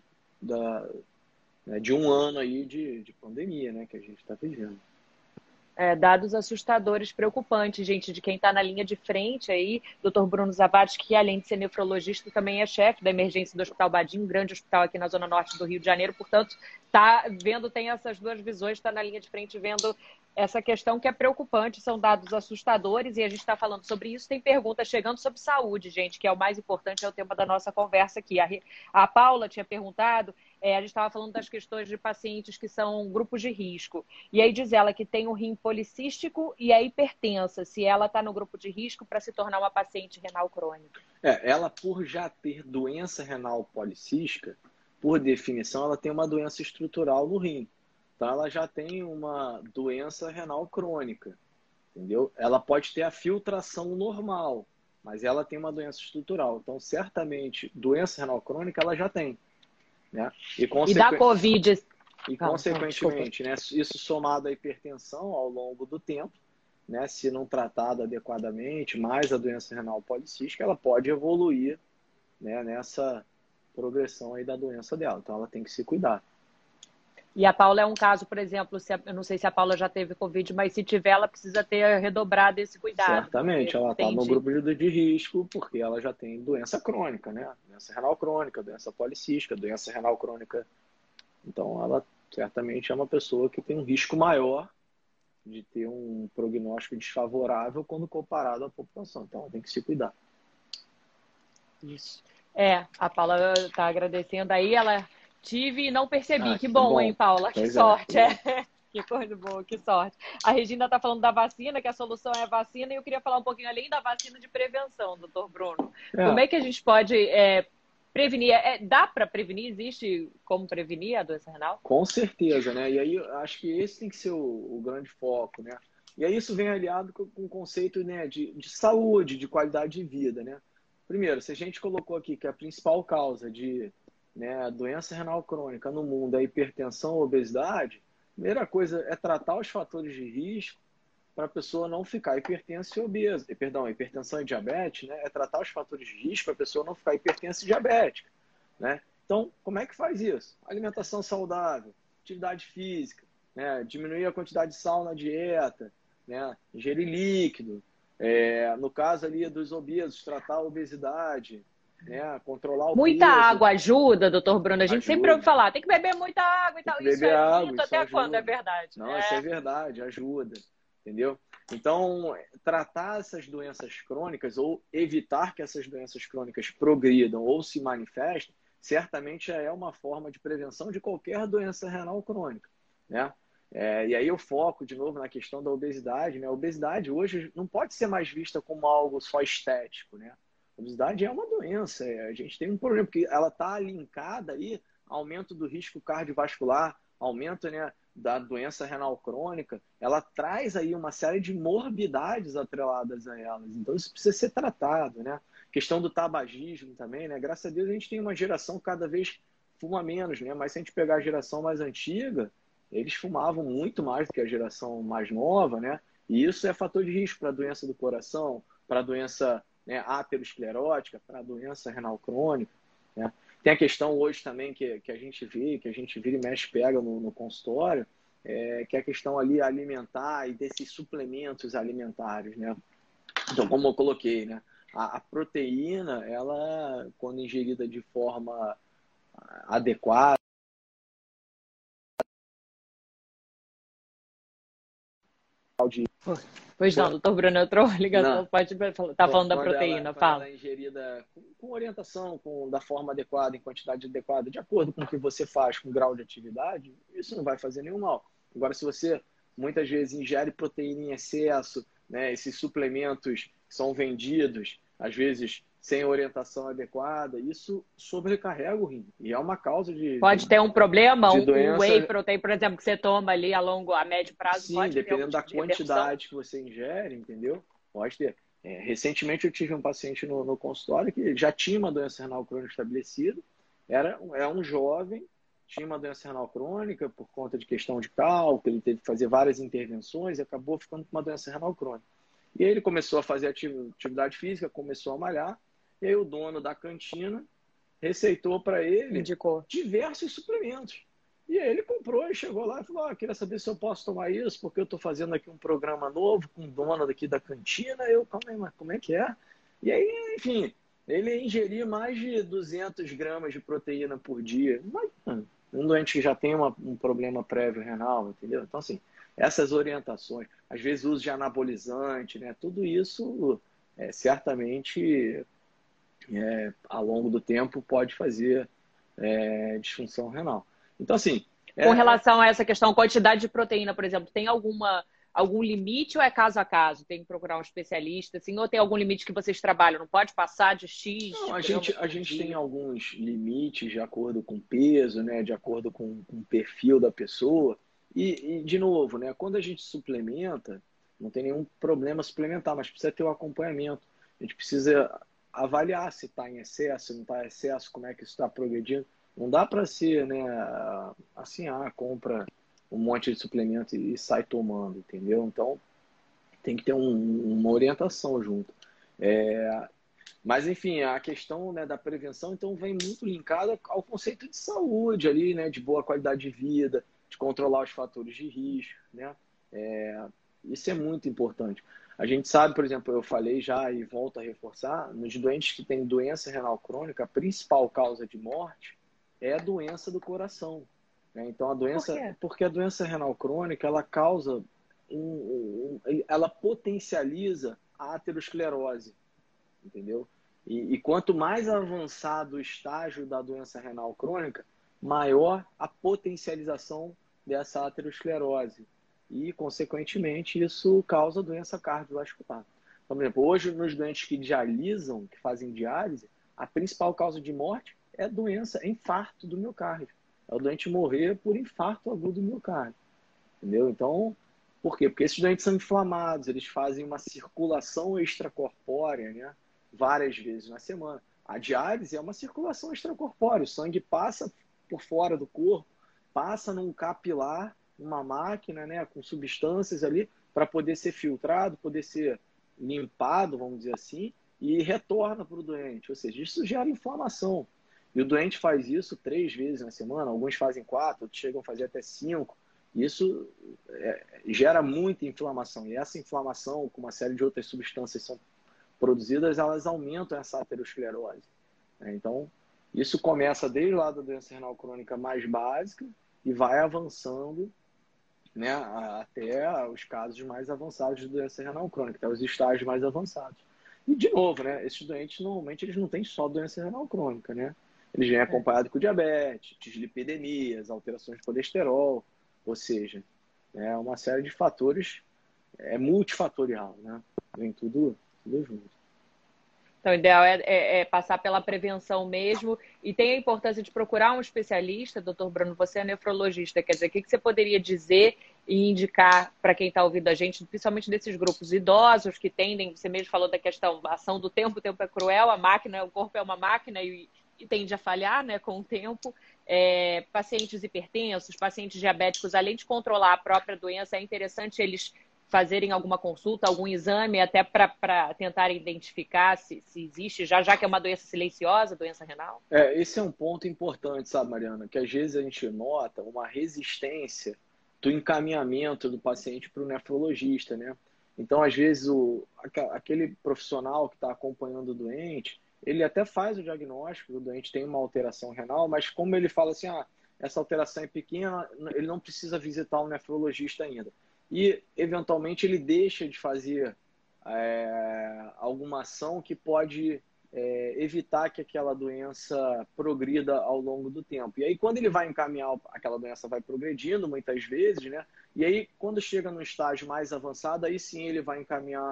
de um ano aí de pandemia, né, que a gente está vivendo. Dados assustadores, preocupantes, gente, de quem está na linha de frente aí, Dr. Bruno Zavades, que além de ser nefrologista, também é chefe da emergência do Hospital Badim, um grande hospital aqui na Zona Norte do Rio de Janeiro, portanto, tem essas duas visões, está na linha de frente vendo essa questão que é preocupante, são dados assustadores, e a gente está falando sobre isso, tem perguntas chegando sobre saúde, gente, que é o mais importante, é o tema da nossa conversa aqui. A Paula tinha perguntado, a gente estava falando das questões de pacientes que são grupos de risco, e aí diz ela que tem o rim policístico e a hipertensa, se ela está no grupo de risco para se tornar uma paciente renal crônica. Ela, por já ter doença renal policística, por definição, ela tem uma doença estrutural no rim. Então, ela já tem uma doença renal crônica, entendeu? Ela pode ter a filtração normal, mas ela tem uma doença estrutural. Então, certamente, doença renal crônica ela já tem, né? E da Covid... E, consequentemente, né, isso somado à hipertensão ao longo do tempo, né, se não tratado adequadamente, mais a doença renal policística, ela pode evoluir, né, nessa progressão aí da doença dela. Então, ela tem que se cuidar. E a Paula é um caso, por exemplo, eu não sei se a Paula já teve Covid, mas se tiver, ela precisa ter redobrado esse cuidado. Certamente, ela está no grupo de risco porque ela já tem doença crônica, né? Doença renal crônica, doença policística, doença renal crônica. Então, ela certamente é uma pessoa que tem um risco maior de ter um prognóstico desfavorável quando comparado à população. Então, ela tem que se cuidar. Isso. A Paula está agradecendo aí, ela... Tive e não percebi. Que bom, hein, Paula? Que sorte. Que coisa boa, que sorte. A Regina está falando da vacina, que a solução é a vacina, e eu queria falar um pouquinho além da vacina de prevenção, doutor Bruno. Como é que a gente pode prevenir? Dá para prevenir? Existe como prevenir a doença renal? Com certeza, né? E aí eu acho que esse tem que ser o grande foco, né? E aí isso vem aliado com o conceito, né, de saúde, de qualidade de vida, né? Primeiro, se a gente colocou aqui que a principal causa de doença renal crônica no mundo é a hipertensão ou obesidade, a primeira coisa é tratar os fatores de risco para a pessoa não ficar hipertensa e obesa. Hipertensão e diabetes, né? É tratar os fatores de risco para a pessoa não ficar hipertensa e diabética, né? Então, como é que faz isso? Alimentação saudável, atividade física, né? Diminuir a quantidade de sal na dieta, né? Ingerir líquido. No caso ali dos obesos, tratar a obesidade, né? Controlar o muita peso. Água ajuda, doutor Bruno. A gente sempre ouve falar, tem que beber muita água e tal. Isso é mito até ajuda. Quando é verdade? Não, isso é verdade, ajuda. Entendeu? Então, tratar essas doenças crônicas ou evitar que essas doenças crônicas progridam ou se manifestem, certamente é uma forma de prevenção de qualquer doença renal crônica, né? E aí eu foco de novo na questão da obesidade, né? A obesidade hoje não pode ser mais vista como algo só estético, né? A obesidade é uma doença, a gente tem um problema, porque ela está linkada aí ao aumento do risco cardiovascular, aumento, né, da doença renal crônica, ela traz aí uma série de morbidades atreladas a elas, então isso precisa ser tratado, né? Questão do tabagismo também, né? Graças a Deus a gente tem uma geração que cada vez fuma menos, né? Mas se a gente pegar a geração mais antiga, eles fumavam muito mais do que a geração mais nova, né? E isso é fator de risco para a doença do coração, para a doença, né, aterosclerótica, para a doença renal crônica, né? Tem a questão hoje também que a gente vê, que a gente vira e mexe pega no consultório, que é a questão ali alimentar e desses suplementos alimentares, né? Então, como eu coloquei, né? A proteína, ela, quando ingerida de forma adequada, Pois não, doutor Bruno, entrou a ligação, pode estar falando da proteína, fala. Ela é ingerida com orientação, da forma adequada, em quantidade adequada, de acordo com o que você faz, com o grau de atividade, isso não vai fazer nenhum mal. Agora, se você muitas vezes ingere proteína em excesso, né, esses suplementos que são vendidos, às vezes sem orientação adequada, isso sobrecarrega o rim. E é uma causa Pode ter um problema, de um doença. whey protein, por exemplo, que você toma ali a médio prazo, Sim, pode ter dependendo algum da tipo de quantidade que você ingere, entendeu? Pode ter. Recentemente eu tive um paciente no consultório que já tinha uma doença renal crônica estabelecida, era um jovem, tinha uma doença renal crônica por conta de questão de cálculo, ele teve que fazer várias intervenções e acabou ficando com uma doença renal crônica. E aí ele começou a fazer atividade física, começou a malhar, e aí o dono da cantina receitou para ele Indicou diversos suplementos. E aí ele comprou e chegou lá e falou, queria saber se eu posso tomar isso, porque eu estou fazendo aqui um programa novo com o dono daqui da cantina. Eu, calma aí, mas como é que é? E aí, enfim, ele ingeria mais de 200 gramas de proteína por dia. Imagina, um doente que já tem um problema prévio renal, entendeu? Então, assim, essas orientações, às vezes uso de anabolizante, né? Tudo isso certamente ao longo do tempo pode fazer disfunção renal. Então, assim... Com relação a essa questão, quantidade de proteína, por exemplo, tem algum limite ou é caso a caso? Tem que procurar um especialista, assim, ou tem algum limite que vocês trabalham? Não pode passar de X? Não, a gente tem alguns limites de acordo com o peso, né, de acordo com o perfil da pessoa. E, de novo, né, quando a gente suplementa, não tem nenhum problema suplementar, mas precisa ter o acompanhamento. A gente precisa avaliar se está em excesso, se não está em excesso, como é que isso está progredindo. Não dá para ser, né, assim, compra um monte de suplemento e sai tomando, entendeu? Então, tem que ter uma orientação junto. Mas, enfim, a questão, né, da prevenção, então, vem muito linkada ao conceito de saúde ali, né, de boa qualidade de vida, de controlar os fatores de risco, né? Isso é muito importante. A gente sabe, por exemplo, eu falei já e volto a reforçar, nos doentes que têm doença renal crônica, a principal causa de morte é a doença do coração, né? Então, a doença... Por quê? Porque a doença renal crônica, ela causa... ela potencializa a aterosclerose, entendeu? E quanto mais avançado o estágio da doença renal crônica, maior a potencialização dessa aterosclerose. E, consequentemente, isso causa doença cardiovascular. Então, por exemplo, hoje, nos doentes que dialisam, que fazem diálise, a principal causa de morte é doença, infarto do miocárdio. É o doente morrer por infarto agudo do miocárdio. Entendeu? Então, por quê? Porque esses doentes são inflamados, eles fazem uma circulação extracorpórea, né, várias vezes na semana. A diálise é uma circulação extracorpórea, o sangue passa por fora do corpo, passa num capilar, uma máquina, né, com substâncias ali, para poder ser filtrado, poder ser limpado, vamos dizer assim, e retorna para o doente. Ou seja, isso gera inflamação. E o doente faz isso 3 vezes na semana, alguns fazem 4, outros chegam a fazer até 5. Isso gera muita inflamação. E essa inflamação, com uma série de outras substâncias que são produzidas, elas aumentam essa aterosclerose. Então, isso começa desde lá da doença renal crônica mais básica e vai avançando, né, até os casos mais avançados de doença renal crônica, até os estágios mais avançados. E, de novo, né, esses doentes, normalmente, eles não têm só doença renal crônica, né? Eles vêm acompanhados com diabetes, dislipidemias, alterações de colesterol, ou seja, uma série de fatores, multifatorial, né? Vem tudo junto. Então, o ideal é passar pela prevenção mesmo. E tem a importância de procurar um especialista, doutor Bruno, você é nefrologista, quer dizer, o que você poderia dizer e indicar para quem está ouvindo a gente, principalmente desses grupos idosos que tendem, você mesmo falou da questão da ação do tempo, o tempo é cruel, a máquina, o corpo é uma máquina e tende a falhar, né, com o tempo. Pacientes hipertensos, pacientes diabéticos, além de controlar a própria doença, é interessante eles fazerem alguma consulta, algum exame, até para tentarem identificar se existe, já que é uma doença silenciosa, doença renal? Esse é um ponto importante, sabe, Mariana? Que às vezes a gente nota uma resistência do encaminhamento do paciente para o nefrologista, né? Então, às vezes, aquele profissional que está acompanhando o doente, ele até faz o diagnóstico, o doente tem uma alteração renal, mas como ele fala assim, essa alteração é pequena, ele não precisa visitar o nefrologista ainda. E, eventualmente, ele deixa de fazer alguma ação que pode evitar que aquela doença progrida ao longo do tempo. E aí, quando ele vai encaminhar, aquela doença vai progredindo, muitas vezes, né? E aí, quando chega no estágio mais avançado, aí sim ele vai encaminhar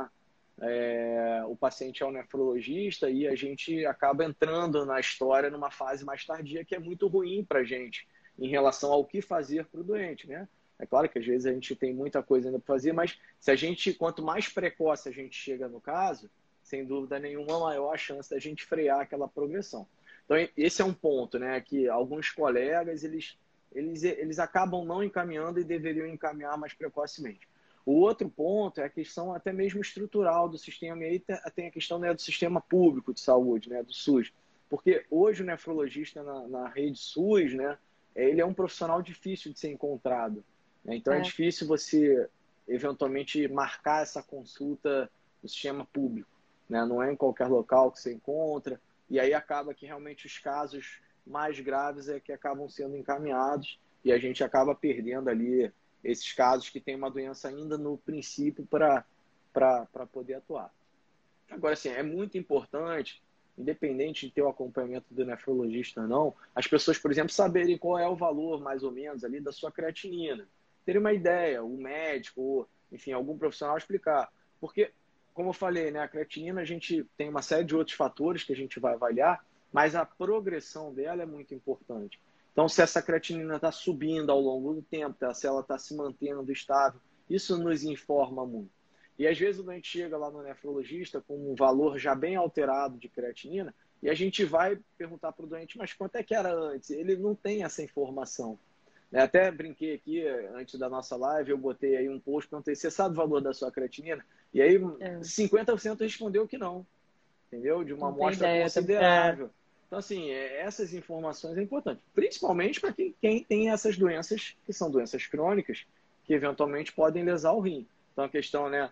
o paciente é um nefrologista e a gente acaba entrando na história numa fase mais tardia, que é muito ruim para a gente em relação ao que fazer para o doente, né? É claro que às vezes a gente tem muita coisa ainda para fazer, mas se a gente, quanto mais precoce a gente chega no caso, sem dúvida nenhuma, maior a chance da gente frear aquela progressão. Então, esse é um ponto, né? Que alguns colegas, eles acabam não encaminhando e deveriam encaminhar mais precocemente. O outro ponto é a questão até mesmo estrutural do sistema, e aí tem a questão, né, do sistema público de saúde, né, do SUS. Porque hoje o nefrologista na rede SUS, né, ele é um profissional difícil de ser encontrado, né? Então é difícil você, eventualmente, marcar essa consulta no sistema público, né? Não é em qualquer local que você encontra, e aí acaba que realmente os casos mais graves é que acabam sendo encaminhados e a gente acaba perdendo ali esses casos que tem uma doença ainda no princípio para poder atuar. Agora, assim, é muito importante, independente de ter o acompanhamento do nefrologista ou não, as pessoas, por exemplo, saberem qual é o valor, mais ou menos, ali da sua creatinina. Terem uma ideia, o médico, ou, enfim, algum profissional explicar. Porque, como eu falei, né, a creatinina, a gente tem uma série de outros fatores que a gente vai avaliar, mas a progressão dela é muito importante. Então, se essa creatinina está subindo ao longo do tempo, se ela está se mantendo estável, isso nos informa muito. E às vezes a gente chega lá no nefrologista com um valor já bem alterado de creatinina e a gente vai perguntar para o doente, mas quanto é que era antes? Ele não tem essa informação. Até brinquei aqui, antes da nossa live, eu botei aí um post, perguntei, você sabe o valor da sua creatinina? E aí 50% respondeu que não, entendeu? De uma amostra considerável. Então, assim, essas informações é importante, principalmente para quem tem essas doenças, que são doenças crônicas, que eventualmente podem lesar o rim. Então, a questão, né,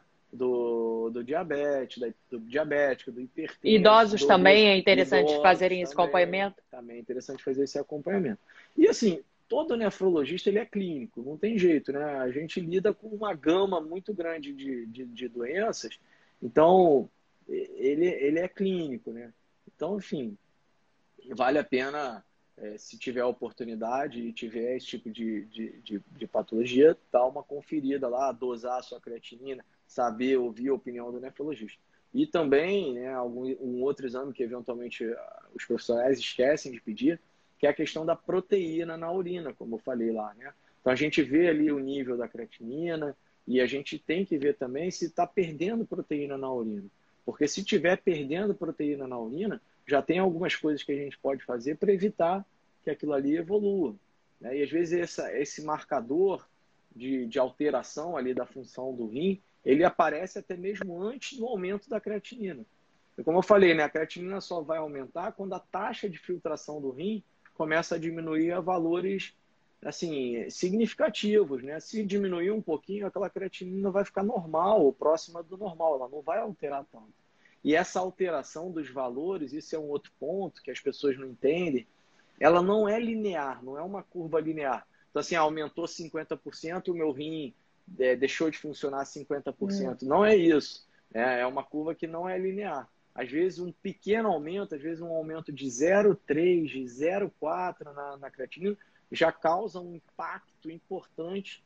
do diabetes, do diabético, do hipertenso. Idosos também é interessante fazerem esse acompanhamento? Também é interessante fazer esse acompanhamento. E, assim, todo nefrologista ele é clínico, não tem jeito, né? A gente lida com uma gama muito grande de doenças, então ele é clínico, né? Então, enfim, vale a pena, se tiver a oportunidade e tiver esse tipo de patologia, dar uma conferida lá, dosar a sua creatinina, saber, ouvir a opinião do nefrologista. E também, né, um outro exame que eventualmente os profissionais esquecem de pedir, que é a questão da proteína na urina, como eu falei lá, né? Então a gente vê ali o nível da creatinina e a gente tem que ver também se está perdendo proteína na urina. Porque se estiver perdendo proteína na urina, já tem algumas coisas que a gente pode fazer para evitar que aquilo ali evolua, né? E às vezes esse marcador de alteração ali da função do rim, ele aparece até mesmo antes do aumento da creatinina. E como eu falei, né, a creatinina só vai aumentar quando a taxa de filtração do rim começa a diminuir a valores assim, significativos, né? Se diminuir um pouquinho, aquela creatinina vai ficar normal, ou próxima do normal, ela não vai alterar tanto. E essa alteração dos valores, isso é um outro ponto que as pessoas não entendem, ela não é linear, não é uma curva linear. Então, assim, aumentou 50%, o meu rim deixou de funcionar 50%. Não é isso. É uma curva que não é linear. Às vezes, um pequeno aumento, às vezes um aumento de 0,3, de 0,4 na creatinina, já causa um impacto importante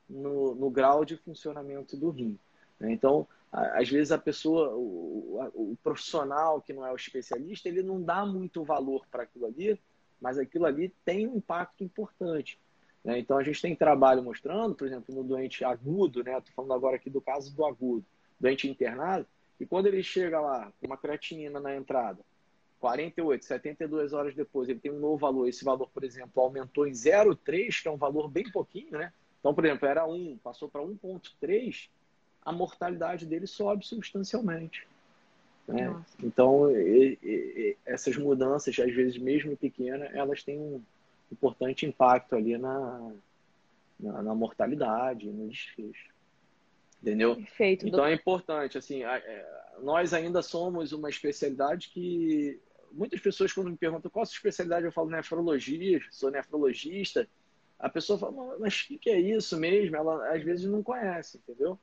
no grau de funcionamento do rim. Então, às vezes a pessoa, o profissional que não é o especialista, ele não dá muito valor para aquilo ali, mas aquilo ali tem um impacto importante, né? Então, a gente tem trabalho mostrando, por exemplo, no doente agudo, né? Estou falando agora aqui do caso do agudo, doente internado, e quando ele chega lá com uma creatinina na entrada, 48, 72 horas depois, ele tem um novo valor. Esse valor, por exemplo, aumentou em 0,3, que é um valor bem pouquinho, né? Então, por exemplo, era 1, passou para 1,3, a mortalidade dele sobe substancialmente, né? Então, essas mudanças, às vezes mesmo pequenas, elas têm um importante impacto ali na mortalidade, no desfecho. Entendeu? Perfeito, então é importante, assim, nós ainda somos uma especialidade que muitas pessoas quando me perguntam qual a sua especialidade, eu falo nefrologia, sou nefrologista, a pessoa fala, mas o que é isso mesmo? Ela às vezes não conhece, entendeu?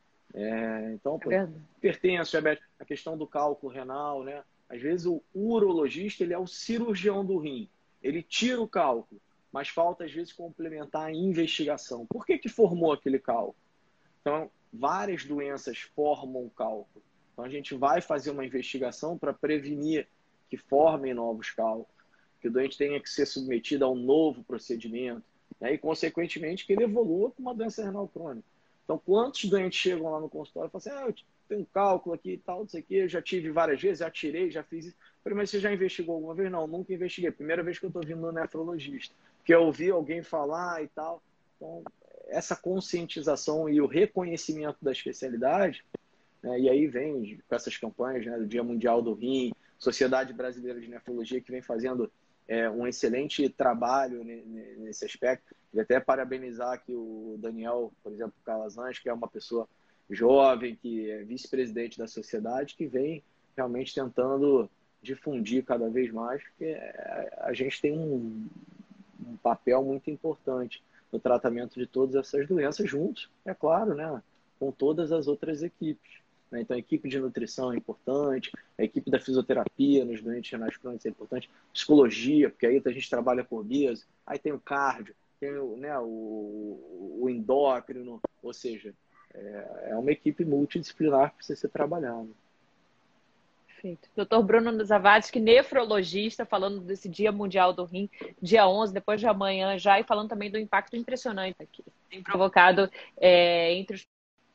Então, hipertenso, diabetes, a questão do cálculo renal, né? Às vezes o urologista, ele é o cirurgião do rim, ele tira o cálculo, mas falta às vezes complementar a investigação. Por que formou aquele cálculo? Então, várias doenças formam cálculo. Então, a gente vai fazer uma investigação para prevenir que formem novos cálculos, que o doente tenha que ser submetido a um novo procedimento, né? E, consequentemente, que ele evolua com uma doença renal crônica. Então, quantos doentes chegam lá no consultório e falam assim, eu tenho um cálculo aqui e tal, não sei o quê, eu já tive várias vezes, já tirei, já fiz isso. Mas você já investigou alguma vez? Não, nunca investiguei. Primeira vez que eu estou vindo no nefrologista, porque eu ouvi alguém falar e tal. Então, essa conscientização e o reconhecimento da especialidade, né, e aí vem com essas campanhas, né, do Dia Mundial do Rim, Sociedade Brasileira de Nefrologia, que vem fazendo um excelente trabalho nesse aspecto. E até parabenizar aqui o Daniel, por exemplo, Calazans, que é uma pessoa jovem, que é vice-presidente da sociedade, que vem realmente tentando difundir cada vez mais, porque a gente tem um papel muito importante no tratamento de todas essas doenças juntos, é claro, né, com todas as outras equipes. Então, a equipe de nutrição é importante, a equipe da fisioterapia nos doentes renais crônicos é importante, psicologia, porque aí a gente trabalha com obeso, aí tem o cardio, tem o endócrino, ou seja, é uma equipe multidisciplinar que precisa ser trabalhada. Perfeito. Dr. Bruno Zavadski, nefrologista, falando desse Dia Mundial do Rim, dia 11, depois de amanhã já, e falando também do impacto impressionante que tem provocado entre os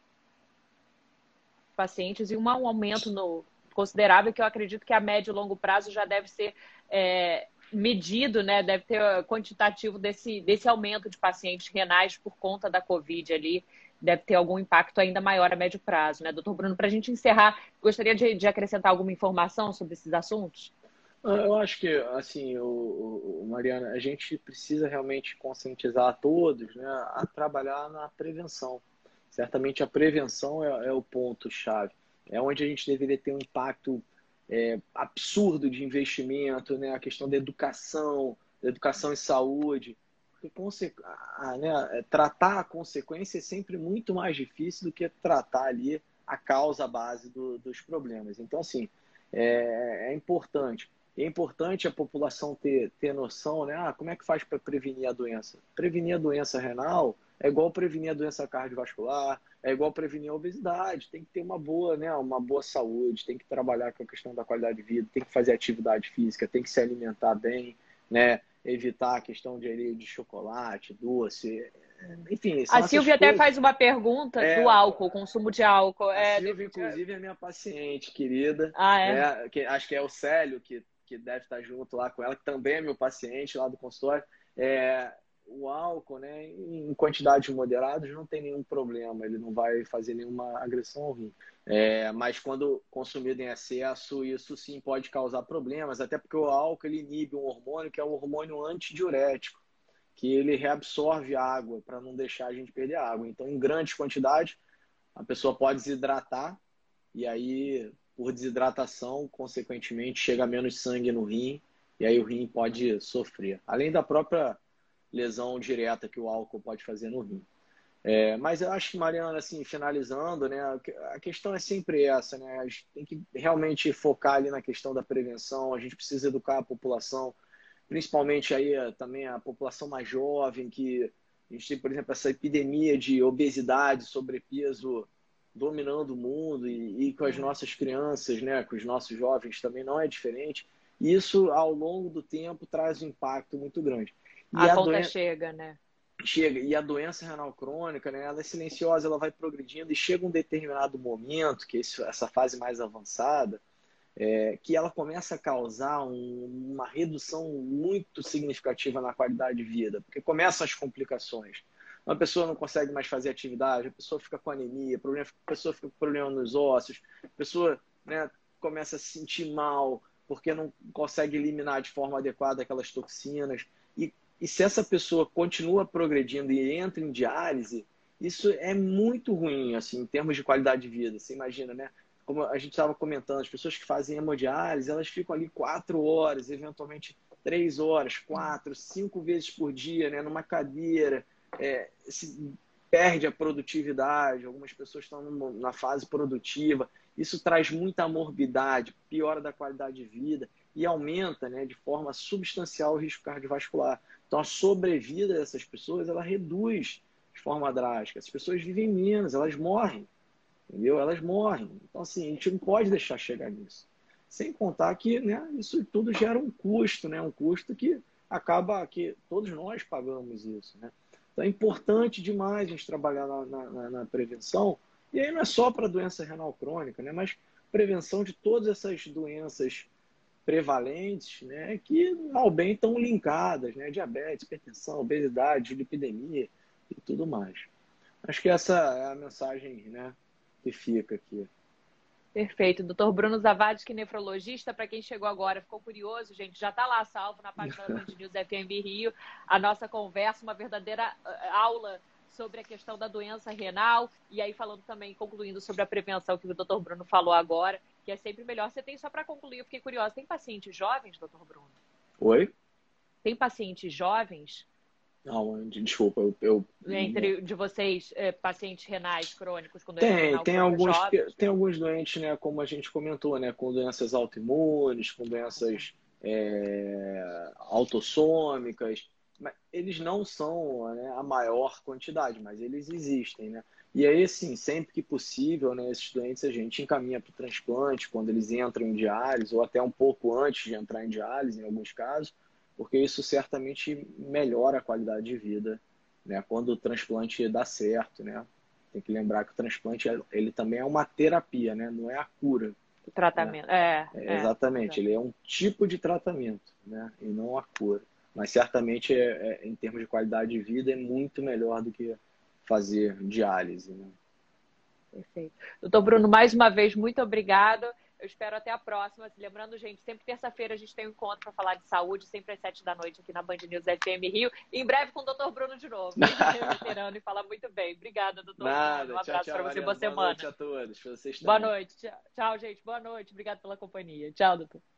pacientes e um aumento considerável que eu acredito que a médio e longo prazo já deve ser medido, né? Deve ter quantitativo desse aumento de pacientes renais por conta da Covid ali, deve ter algum impacto ainda maior a médio prazo, né? Doutor Bruno, para a gente encerrar, gostaria de acrescentar alguma informação sobre esses assuntos? Eu acho que, assim, Mariana, a gente precisa realmente conscientizar a todos, né, a trabalhar na prevenção. Certamente a prevenção é o ponto-chave. É onde a gente deveria ter um impacto absurdo de investimento, né, a questão da educação em saúde. Porque, tratar a consequência é sempre muito mais difícil do que tratar ali a causa base dos problemas. Então, assim, é importante. É importante a população ter noção, né? Como é que faz para prevenir a doença? Prevenir a doença renal é igual prevenir a doença cardiovascular, é igual prevenir a obesidade. Tem que ter uma boa saúde, tem que trabalhar com a questão da qualidade de vida, tem que fazer atividade física, tem que se alimentar bem, né? Evitar a questão de chocolate, doce, enfim. A Silvia até faz uma pergunta do álcool, consumo de álcool. A Silvia, inclusive, é minha paciente querida. É? Acho que é o Célio que deve estar junto lá com ela, que também é meu paciente lá do consultório. O álcool, né, em quantidades moderadas, não tem nenhum problema, ele não vai fazer nenhuma agressão ao rim. Mas quando consumido em excesso, isso sim pode causar problemas, até porque o álcool ele inibe um hormônio que é o hormônio antidiurético, que ele reabsorve água para não deixar a gente perder água. Então, em grandes quantidades, a pessoa pode desidratar e aí, por desidratação, consequentemente, chega menos sangue no rim e aí o rim pode sofrer. Além da própria lesão direta que o álcool pode fazer no rim. Mas eu acho que, Mariana, assim, finalizando, né, a questão é sempre essa, né? A gente tem que realmente focar ali na questão da prevenção, a gente precisa educar a população, principalmente aí também a população mais jovem, que a gente tem, por exemplo, essa epidemia de obesidade, sobrepeso dominando o mundo e com as nossas crianças, né, com os nossos jovens também não é diferente. E isso, ao longo do tempo, traz um impacto muito grande. E a conta chega, né? Chega. E a doença renal crônica, né, ela é silenciosa, ela vai progredindo e chega um determinado momento, que é essa fase mais avançada, que ela começa a causar uma redução muito significativa na qualidade de vida, porque começam as complicações. Uma pessoa não consegue mais fazer atividade, a pessoa fica com anemia, a pessoa fica com problema nos ossos, a pessoa, né, começa a se sentir mal porque não consegue eliminar de forma adequada aquelas toxinas. E se essa pessoa continua progredindo e entra em diálise, isso é muito ruim, assim, em termos de qualidade de vida. Você imagina, né? Como a gente estava comentando, as pessoas que fazem hemodiálise, elas ficam ali 4 horas, eventualmente 3 horas, 4, 5 vezes por dia, né, numa cadeira, se perde a produtividade, algumas pessoas estão na fase produtiva, isso traz muita morbidade, piora da qualidade de vida e aumenta, né, de forma substancial o risco cardiovascular. Então a sobrevida dessas pessoas, ela reduz de forma drástica, as pessoas vivem menos, elas morrem. entendeu? Elas morrem. Então, assim, a gente não pode deixar chegar nisso. Sem contar que, né, isso tudo gera um custo, né? Um custo que acaba que todos nós pagamos isso, né? Então é importante demais a gente trabalhar na prevenção, e aí não é só para doença renal crônica, né? Mas prevenção de todas essas doenças prevalentes, né? Que ao bem estão linkadas, né? Diabetes, hipertensão, obesidade, lipidemia e tudo mais. Acho que essa é a mensagem, né, que fica aqui. Perfeito. Dr. Bruno Zavadi, que é nefrologista, para quem chegou agora, ficou curioso, gente, já está lá salvo na página da Band News FM Rio, a nossa conversa, uma verdadeira aula sobre a questão da doença renal, e aí falando também, concluindo sobre a prevenção que o Dr. Bruno falou agora, que é sempre melhor. Você tem, só para concluir, eu fiquei curiosa, tem pacientes jovens, Dr. Bruno? Oi? Tem pacientes jovens? Não, desculpa, Entre de vocês, pacientes renais crônicos com doença renal tem crônica alguns, jovens? tem alguns doentes, né, como a gente comentou, né, com doenças autoimunes, com doenças autossômicas, mas eles não são, né, a maior quantidade, mas eles existem, né? E aí, assim, sempre que possível, né, esses doentes a gente encaminha para o transplante quando eles entram em diálise, ou até um pouco antes de entrar em diálise, em alguns casos, porque isso certamente melhora a qualidade de vida, né, quando o transplante dá certo, né? Tem que lembrar que o transplante ele também é uma terapia, né? Não é a cura. O tratamento, Né? Exatamente, ele é um tipo de tratamento, né? E não a cura. Mas certamente, em termos de qualidade de vida, é muito melhor do que fazer diálise, né? Perfeito. Doutor Bruno, mais uma vez, muito obrigada. Eu espero até a próxima. Lembrando, gente, sempre terça-feira a gente tem um encontro para falar de saúde, sempre às 7 da noite aqui na Band News FM Rio. Em breve com o doutor Bruno de novo. Ele é veterano e fala muito bem. Obrigada, doutor Bruno. Um abraço para você, boa semana. Boa noite a todos. Vocês boa noite. Tchau, gente. Boa noite. Obrigado pela companhia. Tchau, doutor.